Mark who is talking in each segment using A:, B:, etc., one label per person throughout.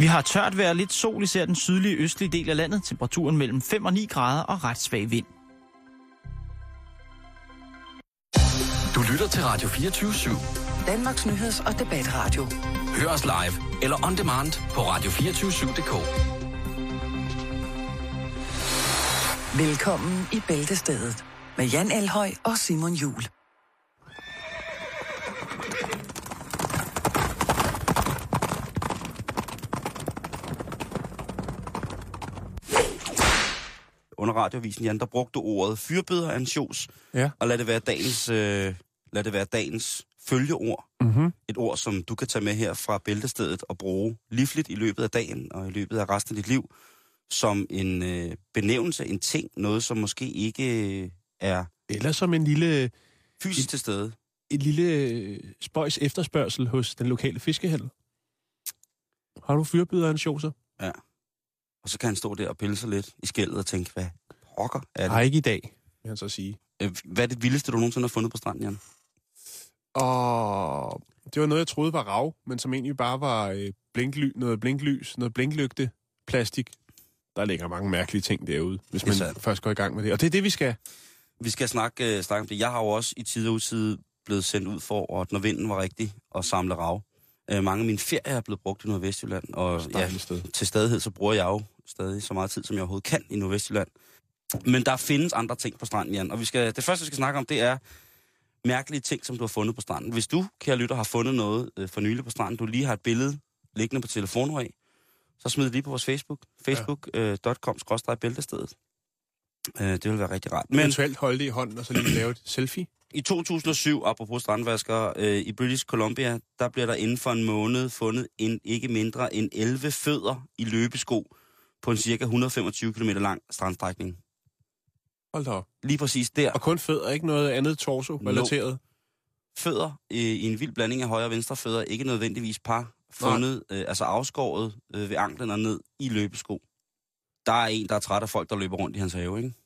A: Vi har tørt vejr, lidt sol, især den sydlige østlige del af landet. Temperaturen mellem 5 og 9 grader og ret svag vind.
B: Du lytter til Radio 24/7.
C: Danmarks nyheds- og debatradio.
B: Hør os live eller on demand på radio247.dk.
C: Velkommen i Bæltestedet med Jan Elhøj og Simon Juhl.
D: Under radiovisen, Jan, der brugte ordet fyrbøderansjos, og lad det være dagens følgeord.
E: Mm-hmm.
D: Et ord, som du kan tage med her fra Bæltestedet og bruge livligt i løbet af dagen og i løbet af resten af dit liv, som en benævnelse, en ting, noget, som måske ikke er...
E: Eller som en lille...
D: Fysisk til stede.
E: En lille spøjs efterspørgsel hos den lokale fiskehandel. Har du fyrbøderansjoser?
D: Ja. Og så kan han stå der og pille sig lidt i skældet og tænke, hvad pokker er det?
E: Nej, ikke i dag, vil han så sige.
D: Hvad er det vildeste, du nogensinde har fundet på stranden, Jan?
E: Og det var noget, jeg troede var rav, men som egentlig bare var noget blinklys, noget blinklygte, plastik. Der ligger mange mærkelige ting derude, hvis man først går i gang med det. Og det er det, vi skal.
D: Vi skal snakke om det. Jeg har jo også i tid og utid blevet sendt ud for, at når vinden var rigtig, at samle rav. Mange af mine ferier er blevet brugt i Nordvestjylland, og til stadighed så bruger jeg jo stadig så meget tid, som jeg overhovedet kan i Nordvestjylland. Men der findes andre ting på stranden, Jan, og det første, vi skal snakke om, det er mærkelige ting, som du har fundet på stranden. Hvis du, kære lytter, har fundet noget for nylig på stranden, du lige har et billede liggende på telefonen af, så smid det lige på vores Facebook, facebook.com/bæltestedet. Det vil være rigtig rart.
E: Men eventuelt holde det i hånden, og så lige lave et selfie.
D: I 2007, apropos strandvasker, i British Columbia, der bliver der inden for en måned fundet ikke mindre end 11 fødder i løbesko på en cirka 125 km lang strandstrækning.
E: Hold da op.
D: Lige præcis der.
E: Og kun fødder, ikke noget andet torso-relateret?
D: Fødder i en vild blanding af højre og venstre fødder, ikke nødvendigvis par, fundet, altså afskåret ved anklen og ned i løbesko. Der er en, der er træt af folk, der løber rundt i hans have, ikke?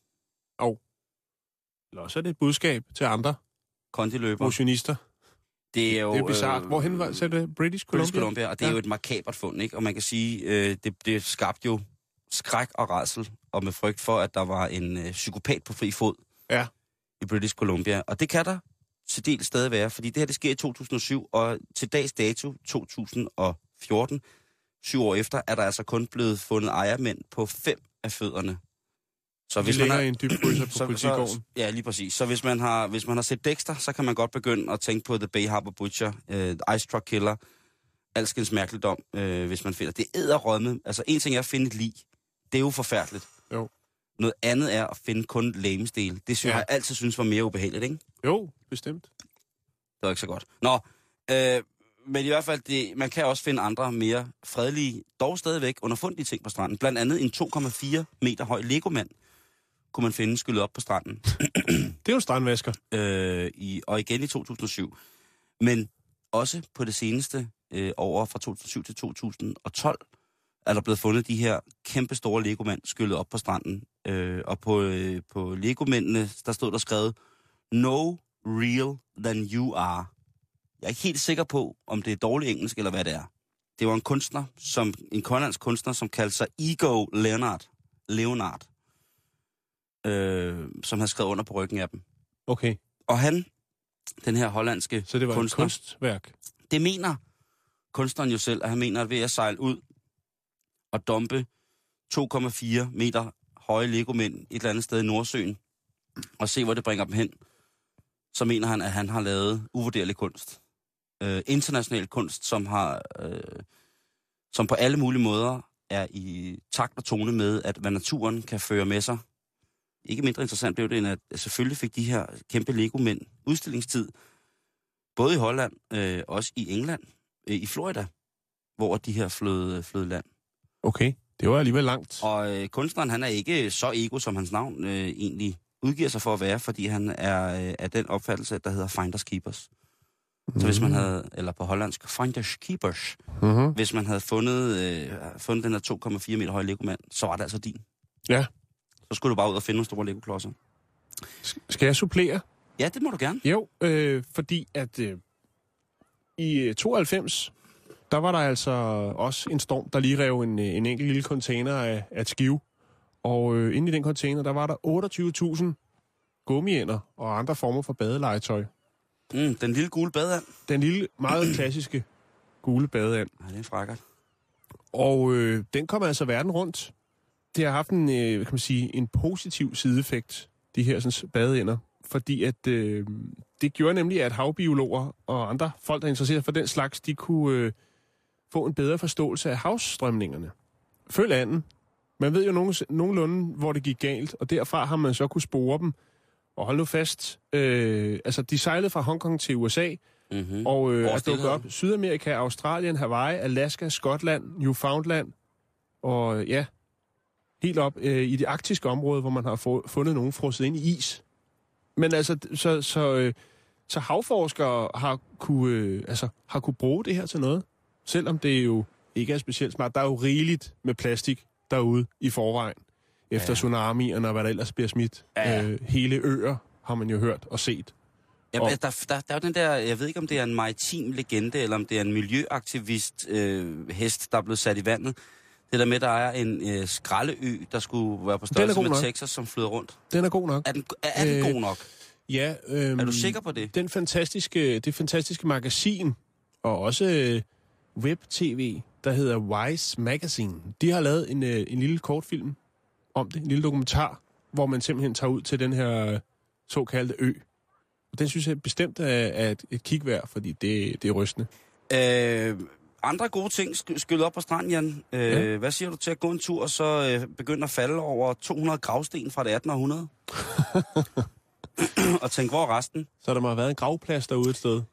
E: Eller også er det et budskab til andre
D: kondiløbere.
E: motionister.
D: Det er jo...
E: Det er bizarrt. Hvorhen var det? British Columbia?
D: Og det er jo et makabert fund, ikke? Og man kan sige, det skabte jo skræk og rædsel, og med frygt for, at der var en psykopat på fri fod i British Columbia. Og det kan der til del stadig være, fordi det her, det sker i 2007, og til dags dato, 2014, 7 år efter, er der altså kun blevet fundet ejermænd på 5 af fødderne. Så hvis man har
E: en dyb krydser på politigården.
D: Ja, lige præcis. Så hvis man har set Dexter, så kan man godt begynde at tænke på The Bay Harbor Butcher, Ice Truck Killer, alskens mærkeligdom, hvis man finder. Det er edderrødme. Altså en ting er at finde et lig. Det er jo forfærdeligt.
E: Jo.
D: Noget andet er at finde kun legemsdele. Det synes jeg altid synes var mere ubehageligt, ikke?
E: Jo, bestemt.
D: Det var ikke så godt. Nå, men i hvert fald, man kan også finde andre mere fredelige, dog stadigvæk underfundige ting på stranden. Blandt andet en 2,4 meter høj legomand kunne man finde skyllet op på stranden.
E: Det er jo strandvasker.
D: Og igen i 2007. Men også på det seneste år fra 2007 til 2012 er der blevet fundet de her kæmpe store legomænd skyllet op på stranden. Og på legomændene, der stod der skrevet, "No real than you are." Jeg er ikke helt sikker på, om det er dårligt engelsk eller hvad det er. Det var en grønlandsk kunstner, som kaldte sig Ego Leonard. Som havde skrevet under på ryggen af dem.
E: Okay.
D: Og den her hollandske kunstner...
E: Så det var et kunstværk?
D: Det mener kunstneren jo selv, at han mener, at ved at sejle ud og dumpe 2,4 meter høje legomænd et eller andet sted i Nordsøen, og se, hvor det bringer dem hen, så mener han, at han har lavet uvurderlig kunst. International kunst, som på alle mulige måder er i takt og tone med, hvad naturen kan føre med sig. Ikke mindre interessant blev det, end at selvfølgelig fik de her kæmpe legomænd udstillingstid, både i Holland, også i England, i Florida, hvor de her flød land. Okay,
E: det var alligevel langt.
D: Og kunstneren, han er ikke så ego, som hans navn egentlig udgiver sig for at være, fordi han er af den opfattelse, der hedder Finders Keepers. Mm-hmm. Så hvis man havde, eller på hollandsk, Finders Keepers, hvis man havde fundet den her 2,4 meter høje legomand, så var det altså din.
E: Ja.
D: Så skulle du bare ud og finde nogle store legoklodser.
E: Skal jeg supplere?
D: Ja, det må du gerne.
E: Jo, fordi at i 92, der var der altså også en storm, der lige rev en enkelt lille container af et skive. Og inde i den container, der var der 28.000 gummiænder og andre former for badelegetøj.
D: Den lille gule badeand.
E: Den lille, meget klassiske gule badeand.
D: Ja, det er frækkert. Og
E: den kom altså verden rundt. Det har haft en, kan man sige, en positiv sideeffekt, de her sådan, badeænder. Fordi at det gjorde nemlig, at havbiologer og andre folk, der er interesseret for den slags, de kunne få en bedre forståelse af havstrømningerne. Følg anden. Man ved jo nogenlunde, hvor det gik galt, og derfra har man så kunne spore dem. Og hold nu fast, altså de sejlede fra Hongkong til USA, og er dukket op Sydamerika, Australien, Hawaii, Alaska, Skotland, Newfoundland, og ja, helt op i det arktiske område, hvor man har fundet nogen frosset ind i is. Men altså, så havforskere har kunne bruge det her til noget, selvom det jo ikke er specielt smart. Der er jo rigeligt med plastik derude i forvejen, efter tsunamierne og hvad der ellers bliver smidt. Hele øer har man jo hørt og set.
D: Ja, der er jo den der, jeg ved ikke om det er en maritim legende, eller om det er en miljøaktivist hest, der er blevet sat i vandet. Det der med, der er en skraldeø, der skulle være på størrelse med Texas, som flyder rundt.
E: Den er god nok.
D: Er den god nok?
E: Ja.
D: Er du sikker på det?
E: Det fantastiske magasin, og også web-tv, der hedder Wise Magazine, de har lavet en lille kortfilm om det, en lille dokumentar, hvor man simpelthen tager ud til den her såkaldte ø. Og den synes jeg bestemt er et kig værd, fordi det er rystende.
D: Andre gode ting skyllet op på stranden, Jan. Hvad siger du til at gå en tur og så begynde at falde over 200 gravsten fra det 1800? Og tænke, hvor er resten?
E: Så der må have været en gravplads derude et sted.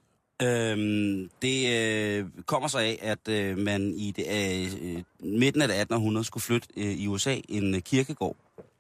D: Det kommer så af, at man i midten af det 1800 skulle flytte i USA en kirkegård.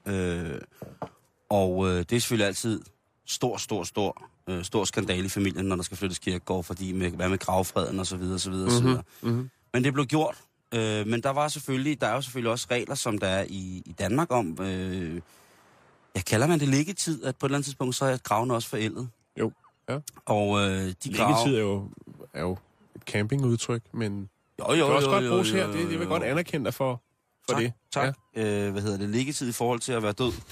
D: Og det er selvfølgelig altid stor skandale i familien, når der skal flyttes kirkegård, fordi hvad med gravfreden og så videre, så videre, så videre. Mm-hmm. Men det blev gjort. Men der er jo selvfølgelig også regler, som der er i Danmark om, kalder man det liggetid, at på et eller andet tidspunkt, så er gravene også forældet.
E: Jo, ja.
D: Og
E: liggetid er jo et campingudtryk, men det kan også godt bruges her. Det vil jeg godt anerkende dig for det.
D: Tak. Ja. Liggetid i forhold til at være død.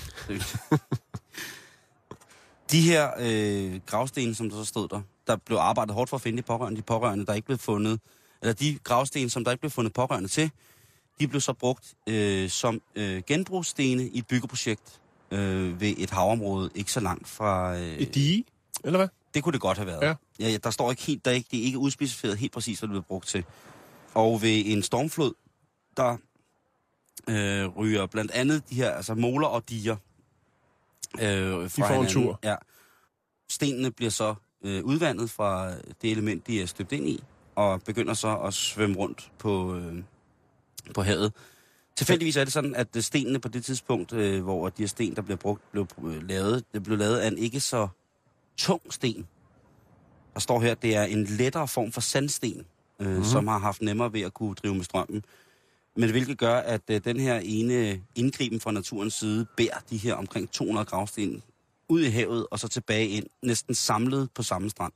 D: De her gravsten, som der så stod der blev arbejdet hårdt for at finde de pårørende, der ikke blev fundet, eller de gravsten, som der ikke blev fundet pårørende til, de blev så brugt som genbrugsstene i et byggeprojekt ved et havområde, ikke så langt fra...
E: et dige, eller hvad?
D: Det kunne det godt have været. Ja, der står ikke helt, det er ikke udspecificeret helt præcis, hvad det blev brugt til. Og ved en stormflod, der ryger blandt andet de her, altså moler og diger.
E: De får en tur.
D: Ja. Stenene bliver så udvandet fra det element, de er støbt ind i, og begynder så at svømme rundt på havet. Tilfældigvis er det sådan, at stenene på det tidspunkt, hvor de her sten, der blev lavet af en ikke så tung sten. Der står her, at det er en lettere form for sandsten, som har haft nemmere ved at kunne drive med strømmen. Men hvilket gør, at den her ene indgriben fra naturens side bærer de her omkring 200 gravsten ud i havet og så tilbage ind, næsten samlet på samme strand.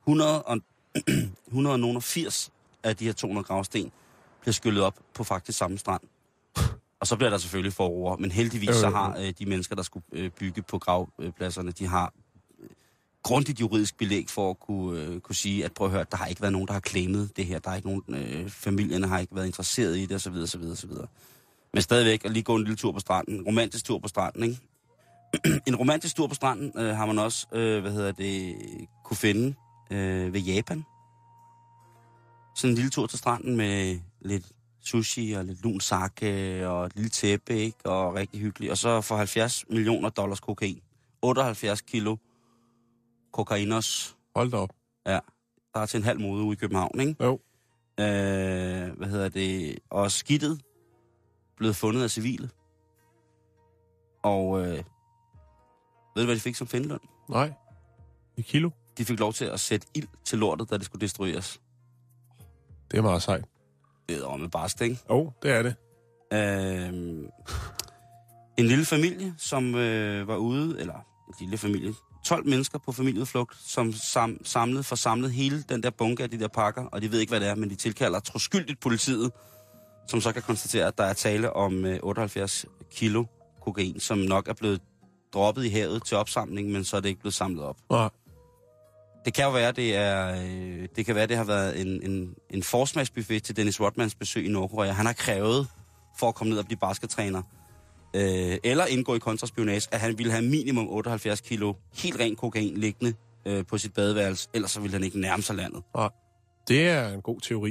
D: 180 af de her 200 gravsten bliver skyllet op på faktisk samme strand. Og så bliver der selvfølgelig forroer, men heldigvis så har de mennesker, der skulle bygge på gravpladserne, de har grundigt juridisk belæg for at kunne sige, at prøv at høre, der har ikke været nogen, der har claimet det her. Der er ikke nogen, familierne har ikke været interesseret i det, osv., osv., osv. Men stadigvæk at lige gå en lille tur på stranden, en romantisk tur på stranden, ikke? En romantisk tur på stranden har man også, kunne finde ved Japan. Sådan en lille tur til stranden med lidt sushi og lidt lun sake og et lille tæppe, ikke? Og rigtig hyggeligt. Og så for $70 million kokain. 78 kilo kokainos.
E: Hold da op.
D: Ja, der er til en halv mode ude i København, ikke?
E: Jo.
D: Og skidtet blevet fundet af civile. Og ved du, hvad de fik som findeløn?
E: Nej. Et kilo?
D: De fik lov til at sætte ild til lortet, da det skulle destrueres.
E: Det er meget sejt.
D: Det er med barst, ikke?
E: Jo, det er det.
D: En lille familie, som var ude, eller en lille familie, 12 mennesker på familieudflugt, som får samlet hele den der bunke af de der pakker, og de ved ikke, hvad det er, men de tilkalder troskyldigt politiet, som så kan konstatere, at der er tale om 78 kilo kokain, som nok er blevet droppet i havet til opsamling, men så er det ikke blevet samlet op.
E: Ja.
D: Det kan jo være, det har været en forsmagsbuffet til Dennis Rodmans besøg i Nordkorea. Han har krævet for at komme ned og blive baskettræner, eller indgå i kontraspionage, at han ville have minimum 78 kilo helt ren kokain liggende på sit badeværelse, ellers så ville han ikke nærme sig landet.
E: Ja. Det er en god teori.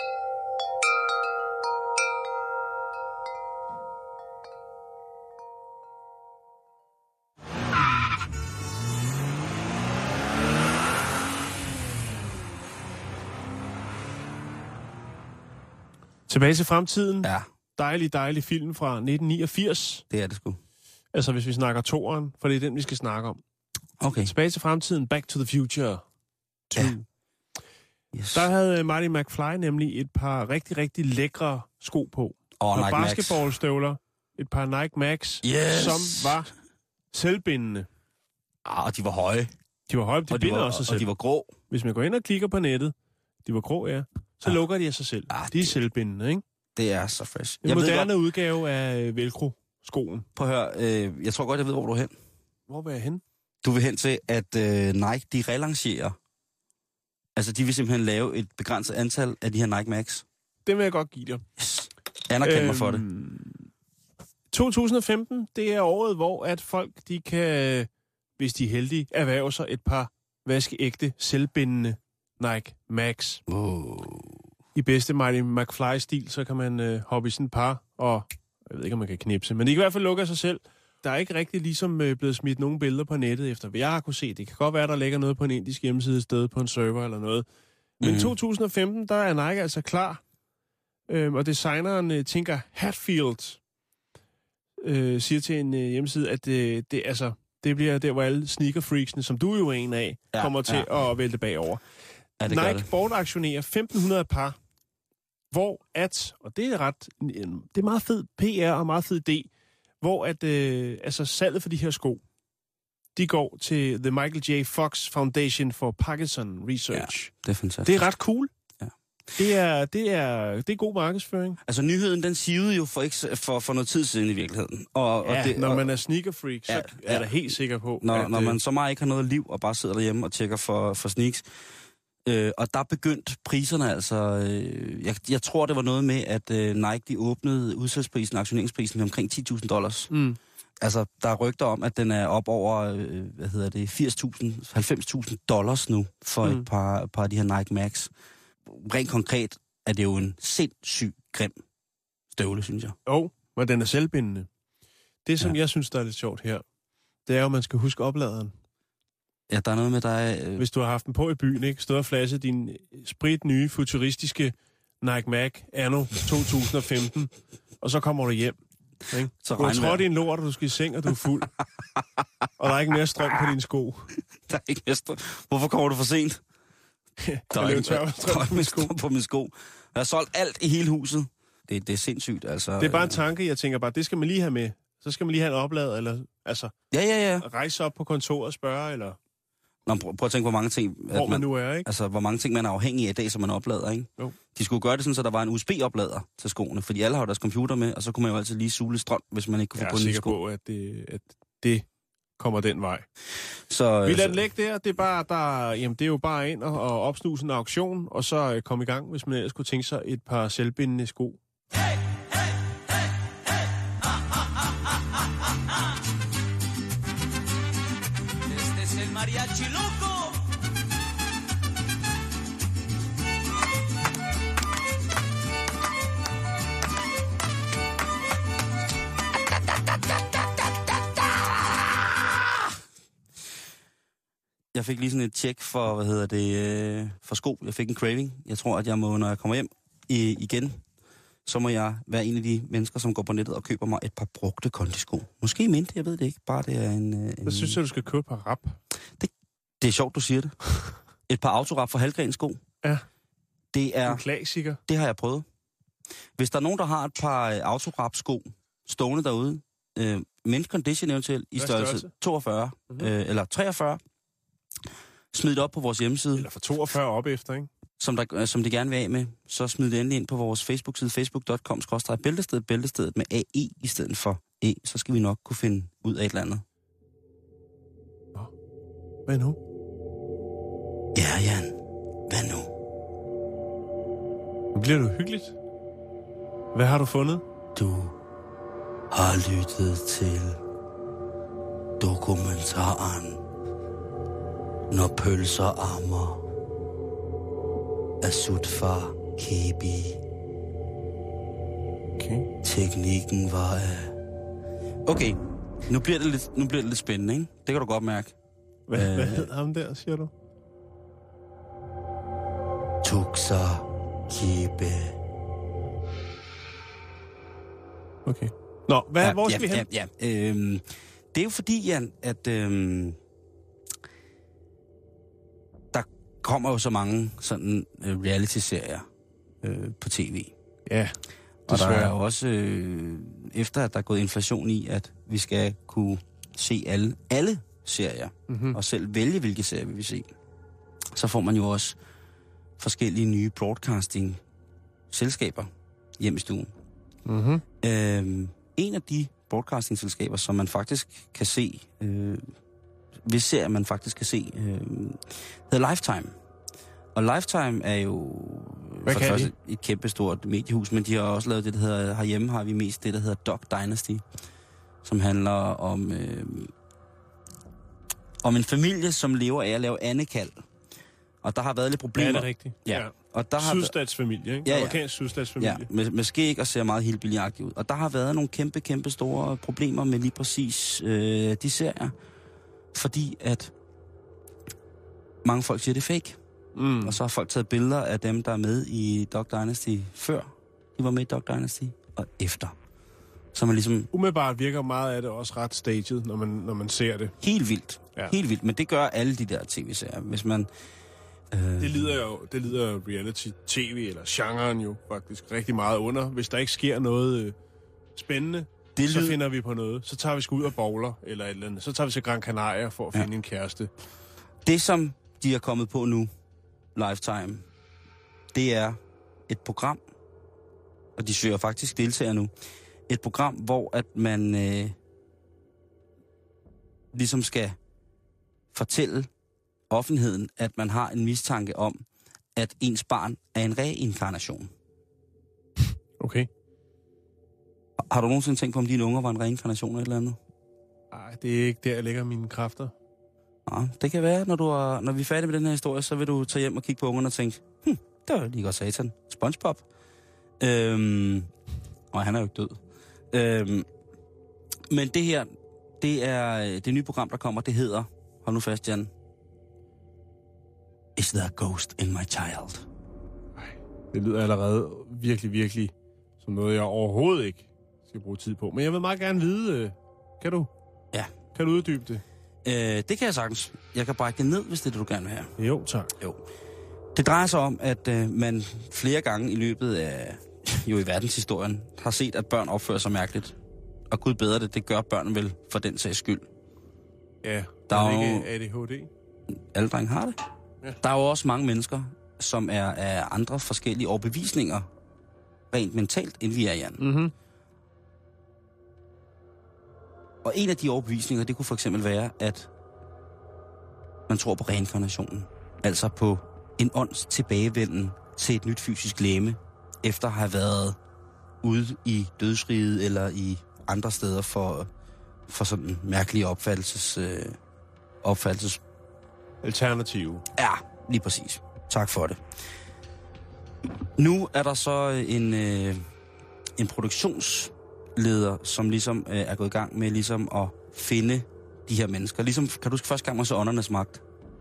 E: Tilbage til fremtiden.
D: Ja.
E: Dejlig film fra 1989.
D: Det er det sgu.
E: Altså hvis vi snakker toeren, for det er den, vi skal snakke om.
D: Okay.
E: Tilbage til fremtiden, Back to the Future 2. Ja.
D: Yes.
E: Der havde Marty McFly nemlig et par rigtig, rigtig lækre sko på.
D: Og
E: Nike basketballstøvler, et par Nike Max, som var selvbindende.
D: Og de var høje.
E: De var høje, de binder også sig selv.
D: Og de var grå.
E: Hvis man går ind og klikker på nettet, de var grå, ja, så lukker de af sig selv. De er selvbindende, ikke?
D: Det er så fresh.
E: En moderne udgave af Velcro-skoen.
D: Prøv at høre, jeg tror godt, jeg ved, hvor du er hen.
E: Hvor vil jeg hen?
D: Du vil hen til, at Nike, de relancerer. Altså, de vil simpelthen lave et begrænset antal af de her Nike Max.
E: Det vil jeg godt give dig.
D: Yes. Anerkend mig for det.
E: 2015, det er året, hvor at folk, de kan, hvis de er heldige, erhverve sig et par vaskeægte, selvbindende Nike Max. I bedste Marty McFly-stil, så kan man hoppe i sådan et par, og jeg ved ikke, om man kan knipse, men de kan i hvert fald lukke af sig selv. Der er ikke rigtig ligesom blevet smidt nogle billeder på nettet, efter hvad jeg har kunne se. Det kan godt være, der ligger noget på en indisk hjemmeside et sted på en server eller noget. Men 2015, der er Nike altså klar, og designeren Tinker Hatfield siger til en hjemmeside, at det bliver der, hvor alle sneaker-freaksene, som du jo er en af, kommer til at vælte bagover.
D: Ja,
E: Nike bortaktionerer 1.500 par, hvor og det er meget fed PR og meget fed idé, hvor salget for de her sko, de går til The Michael J. Fox Foundation for Parkinson Research.
D: Ja, det er fantastisk.
E: Det er ret cool.
D: Ja.
E: Det er god markedsføring.
D: Altså nyheden, den sivede jo for noget tid siden i virkeligheden.
E: Når man er sneaker-freak, så er jeg da helt sikker på.
D: Når man så meget ikke har noget liv og bare sidder derhjemme og tjekker for sneaks. Og der begyndte priserne altså... Jeg tror, det var noget med, at Nike de åbnede udsalgsprisen, aktioneringsprisen med omkring $10,000.
E: Mm.
D: Altså, der er rygter om, at den er op over, $90,000 nu for et par af de her Nike Max. Rent konkret er det jo en sindssygt grim støvle, synes jeg.
E: Men den er selvbindende. Det, som jeg synes, der er lidt sjovt her, det er jo, at man skal huske opladeren.
D: Ja, der er noget med dig...
E: Hvis du har haft den på i byen, ikke? Stået og flasket din spritnye, futuristiske Nike Mac anno 2015, og så kommer du hjem. Ikke? Du har trådt i en lort, og du skal i seng, og du er fuld. Og der er ikke mere strøm på dine sko.
D: Der er ikke mere strøm. Hvorfor kommer du for sent? Der er ikke strøm på mine sko. Jeg har solgt alt i hele huset. Det er sindssygt, altså.
E: Det er bare en tanke, jeg tænker bare, det skal man lige have med. Så skal man lige have en oplader, eller rejse op på kontoret og spørge, eller...
D: Nå, prøv at tænke, hvor mange ting...
E: Hvor man nu er, ikke?
D: Altså, hvor mange ting man er afhængig af i dag, som man oplader, ikke?
E: Jo.
D: De skulle gøre det sådan, så der var en USB-oplader til skoene, fordi alle har jo deres computer med, og så kunne man jo altid lige suge strøm, hvis man ikke kunne få på en sko.
E: Jeg er sikker på, at det kommer den vej.
D: Så,
E: vi lader den ligge der. Det er bare, det er jo bare ind og opsnuse en auktion, og så komme i gang, hvis man ellers kunne tænke sig et par selvbindende sko. Hey!
F: Mariachi loco.
D: Jeg fik lige sådan et tjek for, for sko. Jeg fik en craving. Jeg tror, at jeg må, når jeg kommer hjem igen, så må jeg være en af de mennesker, som går på nettet og køber mig et par brugte kondisko. Måske mindre, jeg ved det ikke. Bare det er en...
E: Jeg synes, at du skal købe et par rap.
D: Det er sjovt, du siger det. Et par autorap for halvgren sko.
E: Ja.
D: Det er...
E: En klassiker.
D: Det har jeg prøvet. Hvis der er nogen, der har et par autorap sko stående derude, mint condition eventuelt, i størrelse 42 eller 43. Smid det op på vores hjemmeside.
E: Eller fra 42 op efter, ikke?
D: Som de gerne vil af med. Så smid det endelig ind på vores Facebook-side, facebook.com/bæltestedet, bæltestedet med AE i stedet for E. Så skal vi nok kunne finde ud af et eller andet.
E: Hvad nu?
D: Ja, Jan. Hvad nu?
E: Nu bliver du hyggeligt. Hvad har du fundet?
D: Du har lyttet til dokumentaren Når pølser ammer af Sutfar Kebi.
E: Okay.
D: Teknikken var af... Okay, nu bliver det lidt spændende, ikke? Det kan du godt mærke.
E: Hvad hed ham der, siger du?
D: Tuxa Kebe.
E: Okay. Nå, hvor skal vi hen?
D: Ja. Det er jo fordi, Jan, at der kommer jo så mange sådan reality-serier på tv.
E: Ja,
D: og der er jo også, efter at der er gået inflation i, at vi skal kunne se alle serier, og selv vælge, hvilke serier vi vil se, så får man jo også forskellige nye broadcasting-selskaber hjem i stuen.
E: Mm-hmm.
D: En af de broadcasting-selskaber, som man faktisk kan se, hvis serier man faktisk kan se, hedder Lifetime. Og Lifetime er jo for det første et kæmpestort mediehus, men de har også lavet det, der hedder, herhjemme har vi mest det, der hedder Dog Dynasty, som handler om en familie, som lever af at lave andekald. Og der har været lidt problemer.
E: Ja, det er rigtigt.
D: Ja. Og der har
E: sydstatsfamilie, ikke?
D: Ja.
E: Amerikansk sydstatsfamilie.
D: Ja, med skæg og ser meget hillbilly-agtigt ud. Og der har været nogle kæmpe store problemer med lige præcis de serier. Fordi at mange folk siger, det er fake. Og så har folk taget billeder af dem, der er med i Dog Dynasty før de var med i Dog Dynasty, og efter. Så man ligesom...
E: Umiddelbart virker meget af det også ret staged, når man ser det.
D: Helt vildt.
E: Ja.
D: Helt vildt. Men det gør alle de der tv-serier. Hvis man...
E: Det lider reality-tv, eller genren jo faktisk rigtig meget under. Hvis der ikke sker noget spændende, så finder vi på noget. Så tager vi sgu ud og bowler, eller et eller andet. Så tager vi til Gran Canaria for at finde en kæreste.
D: Det, som de er kommet på nu, Lifetime, det er et program, og de søger faktisk deltagere nu, et program, hvor at man ligesom skal fortælle offentligheden, at man har en mistanke om, at ens barn er en reinkarnation.
E: Okay.
D: Har du nogensinde tænkt på, om dine unger var en reinkarnation eller et eller andet?
E: Nej, det er ikke der, jeg lægger mine kræfter.
D: Ja, det kan være, når vi er færdige med den her historie, så vil du tage hjem og kigge på ungerne og tænke, det var lige godt satan. SpongeBob. Og han er jo ikke død. Men det her, det er det nye program, der kommer, det hedder, hold nu fast, Jan, Is there a ghost in my child?
E: Det lyder allerede virkelig som noget, jeg overhovedet ikke skal bruge tid på. Men jeg vil meget gerne vide, kan du?
D: Ja.
E: Kan du uddybe det?
D: Det kan jeg sagtens. Jeg kan brække det ned, hvis det er det, du gerne vil have.
E: Jo, tak.
D: Jo. Det drejer sig om, at man flere gange i løbet af, jo i verdenshistorien, har set, at børn opfører sig mærkeligt. Og Gud bedre det gør børn vel for den sags skyld.
E: Ja,
D: der er
E: ikke ADHD.
D: Alle drenge har det. Ja. Der er jo også mange mennesker, som er af andre forskellige overbevisninger, rent mentalt, end vi er, Jan.
E: Mm-hmm.
D: Og en af de overbevisninger, det kunne for eksempel være, at man tror på reinkarnationen. Altså på en ånds tilbagevenden til et nyt fysisk legeme, efter at have været ude i dødsriget eller i andre steder for sådan mærkelige opfattelses...
E: Alternative.
D: Ja, lige præcis. Tak for det. Nu er der så en produktionsleder, som ligesom er gået i gang med ligesom at finde de her mennesker. Ligesom, kan du huske første gang, man så Åndernes Magt?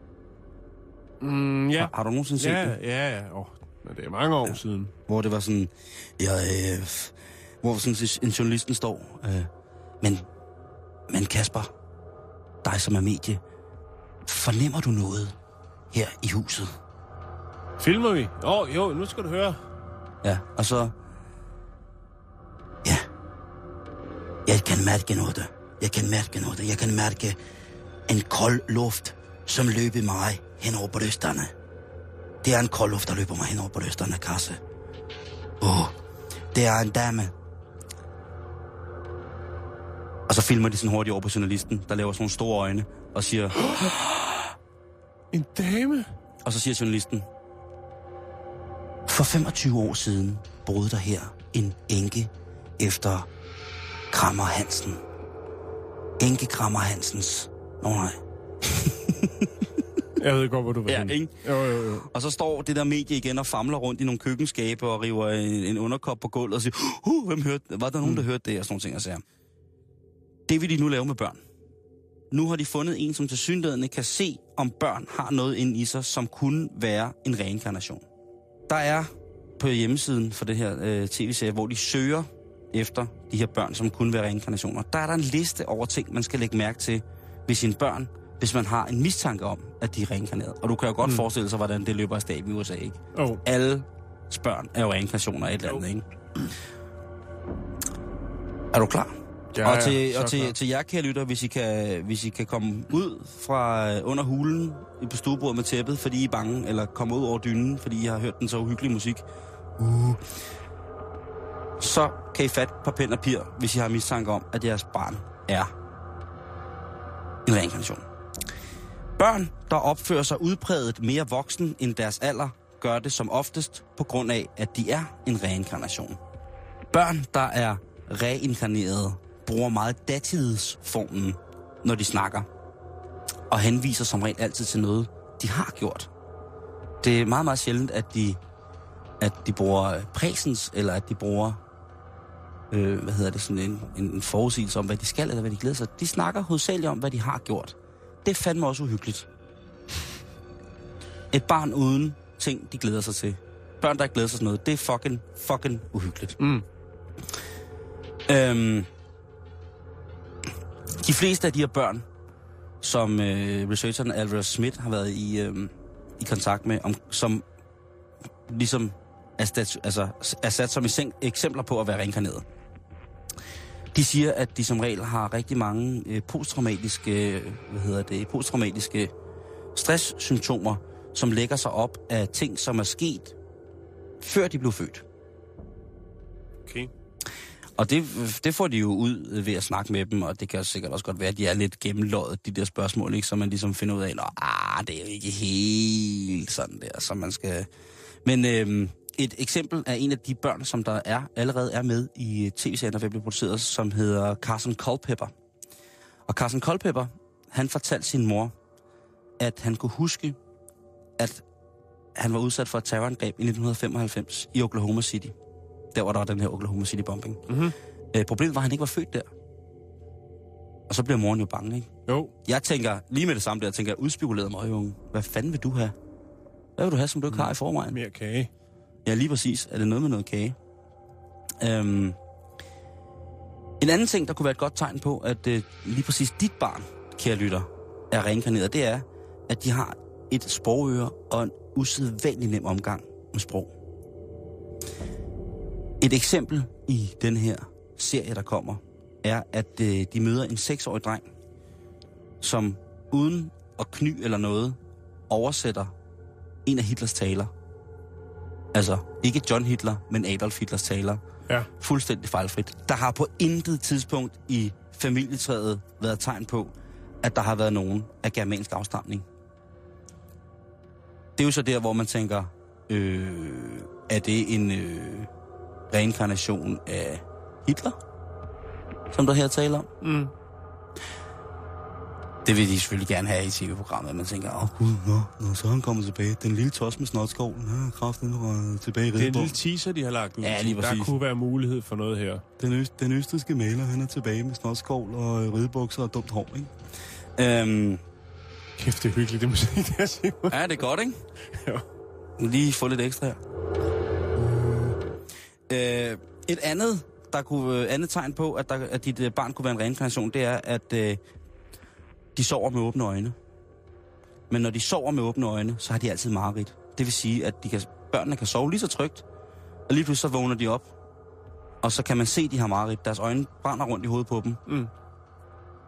E: Ja.
D: Har du nogensinde set det?
E: Ja. Men det er mange år siden.
D: Hvor det var sådan... hvor sådan en journalisten står... Men Kasper, dig som er medie, fornemmer du noget her i huset?
E: Filmer vi? Jo, nu skal du høre.
D: Ja, og så... Ja. Jeg kan mærke noget. Jeg kan mærke noget. Jeg kan mærke en kold luft, som løber mig henover brysterne. Det er en kold luft, der løber mig henover brysterne, Kasse. Det er en dame. Og så filmer de sådan hurtigt over på journalisten, der laver sådan nogle store øjne, og siger...
E: En dame?
D: Og så siger journalisten... For 25 år siden boede der her en enke efter Krammer Hansen. Enke Krammer Hansens. Nej.
E: Jeg ved godt, hvor du vil.
D: Ja, ikke?
E: Jo.
D: Og så står det der medie igen og famler rundt i nogle køkkenskabe og river en underkop på gulvet og siger, hvem hørte det? Var der nogen, der hørte det? Og sådan nogle ting og sager. Det vil de nu lave med børn. Nu har de fundet en, som tilsyneladende kan se, om børn har noget inde i sig, som kunne være en reinkarnation. Der er på hjemmesiden for det her tv-serie, hvor de søger efter de her børn, som kunne være reinkarnationer. Der er der en liste over ting, man skal lægge mærke til ved sine børn, hvis man har en mistanke om, at de er reinkarneret. Og du kan jo godt forestille sig, hvordan det løber af stab i USA, ikke? Alle børn er jo reinkarnationer af et eller andet, ikke? Er du klar?
E: Ja,
D: og til jer, kære lytter, hvis I kan komme ud fra under hulen på stuebordet med tæppet, fordi I er bange, eller komme ud over dynen, fordi I har hørt den så uhyggelige musik, så kan I fatte på pen og papir, hvis I har mistanke om, at jeres barn er en reinkarnation. Børn, der opfører sig udpræget mere voksen end deres alder, gør det som oftest på grund af, at de er en reinkarnation. Børn, der er reinkarnerede, bruger meget datidsformen, når de snakker, og henviser som regel altid til noget, de har gjort. Det er meget, meget sjældent, at de bruger præsens, eller at de bruger sådan en forudsigelse om, hvad de skal, eller hvad de glæder sig. De snakker hovedsageligt om, hvad de har gjort. Det er fandme også uhyggeligt. Et barn uden ting, de glæder sig til. Børn, der ikke glæder sig til noget, det er fucking uhyggeligt. De fleste af de her børn, som researcheren Alvarez Smith har været i kontakt med, som ligesom er sat som eksempler på at være reinkarneret. De siger, at de som regel har rigtig mange posttraumatiske stresssymptomer, som lægger sig op af ting, som er sket, før de blev født.
E: Okay. Og
D: det får de jo ud ved at snakke med dem, og det kan sikkert også godt være, at de er lidt gennemløjet, de der spørgsmål, ikke? Så man ligesom finder ud af, det er jo ikke helt sådan der, som man skal... Men et eksempel er en af de børn, som der allerede er med i tv-serien, der bliver produceret, som hedder Carson Culpepper. Og Carson Culpepper, han fortalte sin mor, at han kunne huske, at han var udsat for et terrorangreb i 1995 i Oklahoma City. Der var der den her Oklahoma City-bombing. Mm-hmm. Problemet var, at han ikke var født der. Og så bliver moren jo bange, ikke?
E: Jo.
D: Jeg tænker, lige med det samme der, udspekuleret mig, unge. Hvad fanden vil du have? Hvad vil du have, som du ikke har i forvejen?
E: Mere kage.
D: Ja, lige præcis. Er det noget med noget kage? En anden ting, der kunne være et godt tegn på, at lige præcis dit barn, kære lytter, er reinkarneret, det er, at de har et sprogøre og en usædvanlig nem omgang med sprog. Et eksempel i den her serie, der kommer, er, at de møder en 6-årig dreng, som uden at kny eller noget, oversætter en af Hitlers taler. Altså, ikke John Hitler, men Adolf Hitlers taler.
E: Ja.
D: Fuldstændig fejlfrit. Der har på intet tidspunkt i familietræet været tegn på, at der har været nogen af germansk afstamning. Det er jo så der, hvor man tænker, er det en reinkarnation af Hitler, som der her taler om? Mm. Det vil de selvfølgelig gerne have i tv-programmet, at man tænker, gud, så er han kommet tilbage. Den lille tos med snotskov, kraften er tilbage i Ridborg.
E: Det er en lille teaser, de har lagt ud.
D: Ja, lige præcis.
E: Der kunne være mulighed for noget her.
D: Den østrigske maler, han er tilbage med snotskov og ridebukser og dumt hår, ikke?
E: Kæft, det er hyggeligt, det musik, der siger.
D: Ja, det er godt, ikke?
E: Jo.
D: Lige få lidt ekstra her. Et andet tegn på, at dit barn kunne være en reinkarnation, det er, at de sover med åbne øjne. Men når de sover med åbne øjne, så har de altid mareridt. Det vil sige, at børnene kan sove lige så trygt, og lige pludselig så vågner de op, og så kan man se, at de har mareridt. Deres øjne brænder rundt i hovedet på dem. Mm.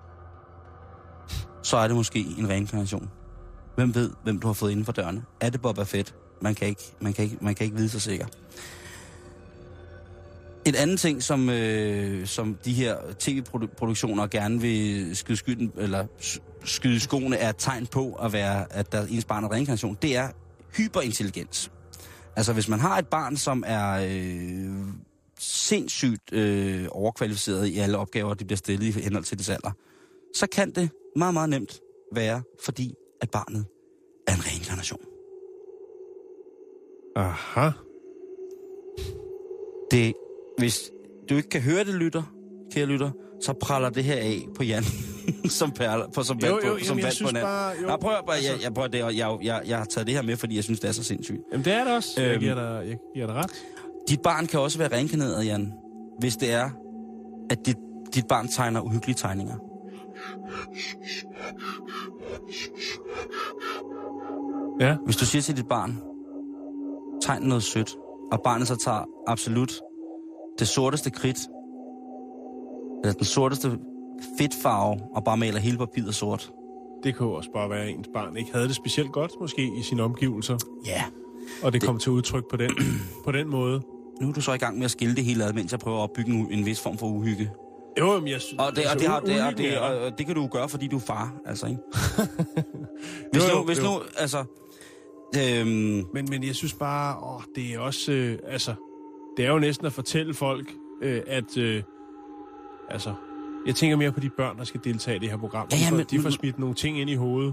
D: så er det måske en reinkarnation. Hvem ved, hvem du har fået inden for dørene? Er det Boba Fett? Man kan ikke vide sig sikker. Et andet ting, som de her tv-produktioner gerne vil skyde skoene, er et tegn på, at der ens barn er reinkarnation, det er hyperintelligens. Altså, hvis man har et barn, som er sindssygt overkvalificeret i alle opgaver, de bliver stillet i henhold til dets alder, så kan det meget, meget nemt være, fordi at barnet er en reinkarnation.
E: Aha.
D: Hvis du ikke kan høre det, kære lytter, så praller det her af på Jan, som perler, som vand på nat. Jeg har taget det her med, fordi jeg synes, det er så sindssygt.
E: Jamen, det er det også. Jeg giver dig ret.
D: Dit barn kan også være reinkarneret, Jan, hvis det er, at dit barn tegner uhyggelige tegninger.
E: Ja.
D: Hvis du siger til dit barn, tegn noget sødt, og barnet så tager absolut det sorteste kridt, eller den sorteste fedtfarve, og bare maler hele papiret sort.
E: Det kunne også bare være, at ens barn ikke havde det specielt godt, måske, i sine omgivelser.
D: Ja.
E: Og det kom til udtryk på den måde.
D: Nu er du så i gang med at skille det hele ad, mens jeg prøver at opbygge en vis form for uhygge.
E: Jo, men jeg synes...
D: Og det kan du gøre, fordi du er far, altså, ikke? Hvis nu, altså...
E: Men jeg synes bare, det er også... det er jo næsten at fortælle folk, jeg tænker mere på de børn, der skal deltage i det her program. De får smidt nogle ting ind i hovedet.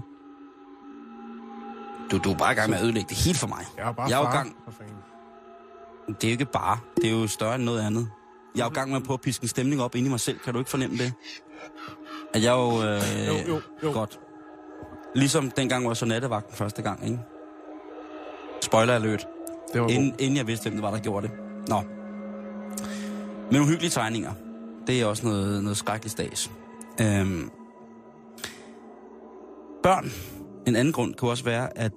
D: Du er bare i gang med at ødelægge det helt for mig.
E: Jeg er bare
D: far.
E: Gang.
D: Det er jo ikke bare. Det er jo større end noget andet. Jeg er jo i gang med at prøve at piske en stemning op inde i mig selv. Kan du ikke fornemme det? At jeg jo... Godt. Ligesom dengang, hvor jeg så nattevagten første gang, ikke? Spoiler alert. Inden jeg vidste, hvem det var, der gjorde det. Nå. Men uhyggelige tegninger. Det er også noget skrækkeligt stads. Børn. En anden grund kan også være, at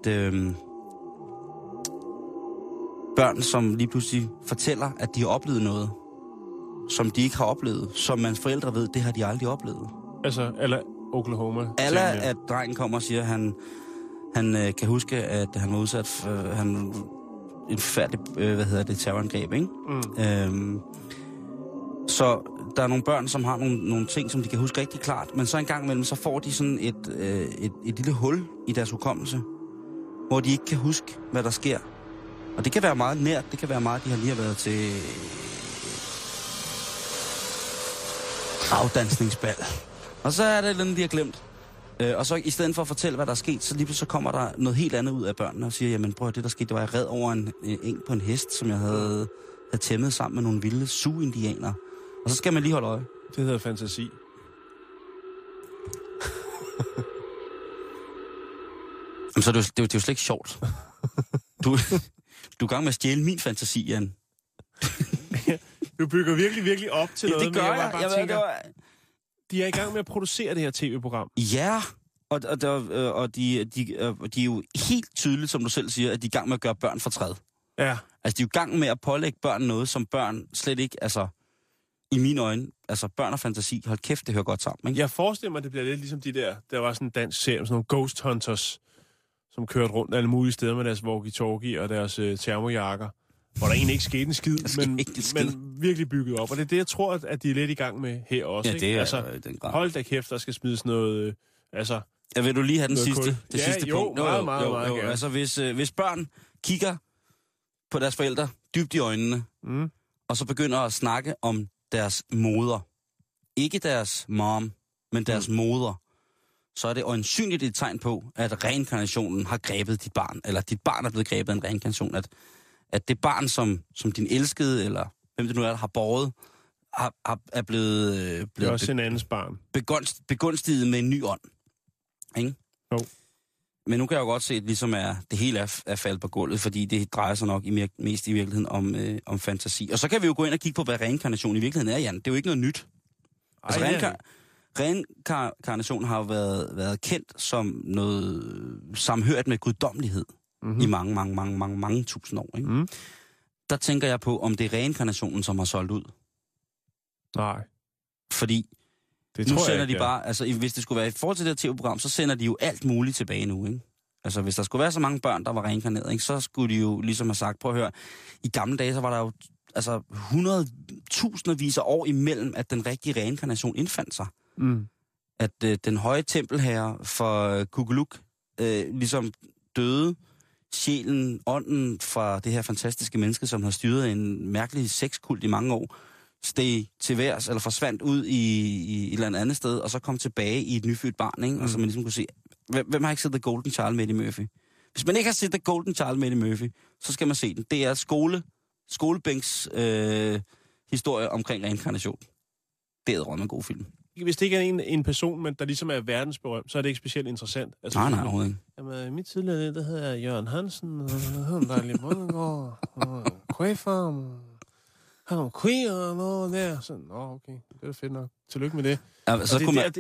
D: børn, som lige pludselig fortæller, at de har oplevet noget, som de ikke har oplevet, som hans forældre ved, det har de aldrig oplevet.
E: Altså, eller Oklahoma.
D: Eller at drengen kommer og siger, at han kan huske, at han var udsat for en forfærdelig, terrorangreb, ikke? Så der er nogle børn, som har nogle ting, som de kan huske rigtig klart, men så en gang imellem, så får de sådan et lille hul i deres hukommelse, hvor de ikke kan huske, hvad der sker. Og det kan være meget nært, det kan være meget, de har lige været til afdansningsbal. Og så er det et eller andet, de har glemt. Og så i stedet for at fortælle, hvad der er sket, så lige pludselig kommer der noget helt andet ud af børnene og siger, jamen prøv, det der skete, det var jeg red over en på en hest, som jeg havde tæmmet sammen med nogle vilde Sioux-indianere. Og så skal man lige holde øje.
E: Det hedder fantasi.
D: Jamen, så det er jo slet ikke sjovt. Du er i gang med at stjæle min fantasi, Jan.
E: Du bygger virkelig, virkelig op til noget.
D: Det gør jeg.
E: De er i gang med at producere det her tv-program.
D: Ja, og de er jo helt tydeligt, som du selv siger, at de er i gang med at gøre børn fortræd.
E: Ja.
D: Altså, de er jo i gang med at pålægge børn noget, som børn slet ikke, altså, i mine øjne, altså børn og fantasi, hold kæft, det hører godt sammen, ikke?
E: Jeg forestiller mig, det bliver lidt ligesom de der var sådan en dansk serie, sådan nogle ghost hunters, som kørte rundt alle mulige steder med deres walkie-talkie og deres termojakker, hvor der egentlig ikke skete en skid, men virkelig bygget op. Og det er det, jeg tror, at de er lidt i gang med her også.
D: Ja, det er
E: altså,
D: den grad.
E: Hold da kæft, der skal smides noget...
D: Ja, vil du lige have den sidste punkt?
E: Meget.
D: Altså, hvis børn kigger på deres forældre dybt i øjnene, og så begynder at snakke om deres moder, ikke deres mom, men deres moder, så er det øjensynligt et tegn på, at reinkarnationen har grebet dit barn, eller dit barn er blevet grebet af en reinkarnation, at det barn, som din elskede, eller hvem det nu er, har båret, er blevet
E: det er også en andens barn.
D: Begunstiget med en ny ånd. Ikke?
E: Jo.
D: Men nu kan jeg jo godt se, at ligesom det hele er faldet på gulvet, fordi det drejer sig nok mest i virkeligheden om fantasi. Og så kan vi jo gå ind og kigge på, hvad reinkarnation i virkeligheden er, Jan. Det er jo ikke noget nyt. Altså, reinkarnation har jo været kendt som noget samhørt med guddommelighed i mange tusind år. Ikke? Der tænker jeg på, om det er reinkarnationen, som har solgt ud.
E: Nej.
D: Fordi
E: Det
D: nu
E: tror
D: sender
E: jeg ikke,
D: de bare, altså hvis det skulle være i forhold til det her TV-program, så sender de jo alt muligt tilbage nu, ikke? Altså hvis der skulle være så mange børn, der var reinkarneret, ikke, så skulle de jo ligesom have sagt, prøv at høre, i gamle dage, så var der jo altså 100.000 af år imellem, at den rigtige reinkarnation indfandt sig.
E: Mm.
D: At den høje tempelherre for Kukuluk ligesom døde, sjælen, ånden fra det her fantastiske menneske, som har styret en mærkelig sexkult i mange år, steg til værs, eller forsvandt ud i et eller andet sted, og så kom tilbage i et nyfødt barn, ikke? Og så man ligesom kunne se, hvem har ikke set The Golden Child med Eddie Murphy? Hvis man ikke har set The Golden Child med Eddie Murphy, så skal man se den. Det er skolebænks historie omkring reinkarnation. Det er en god film.
E: Hvis det ikke er en person, men der ligesom er verdensberømt, så er det ikke specielt interessant. Altså,
D: Nej, overhovedet ikke.
E: Jamen, mit tidligere, der hedder Jørgen Hansen, og han der lige Bundegård, og Kvæfarm, han har queer og noget der. Så, okay, det er fedt nok. Tillykke med det.
D: Ja, så kunne man...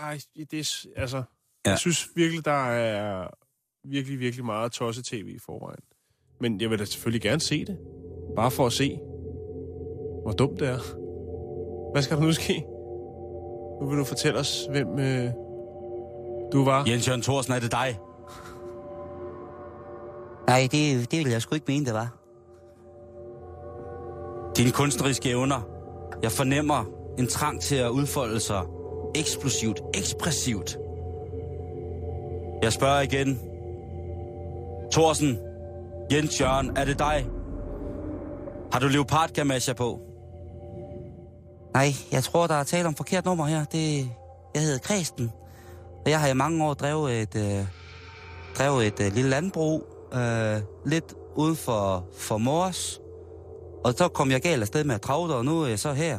E: Jeg synes virkelig, der er virkelig, virkelig meget tosse-tv i forvejen. Men jeg vil da selvfølgelig gerne se det. Bare for at se, hvor dumt det er. Hvad skal der nu ske? Nu vil du fortælle os, hvem du var.
D: Jens Jørgen Thorsen, er det dig?
G: Nej, det ville jeg sgu ikke mene, det var.
D: Dine kunstneriske evner. Jeg fornemmer en trang til at udfolde sig eksplosivt, ekspressivt. Jeg spørger igen. Thorsen, Jens Jørgen, er det dig? Har du leopardgamasjer på?
G: Nej, jeg tror, der er tale om forkert nummer her. Jeg hedder Kristen, og jeg har i mange år drevet et lille landbrug, lidt uden for Mors. Og så kom jeg galt afsted med at travle, og nu er jeg så her.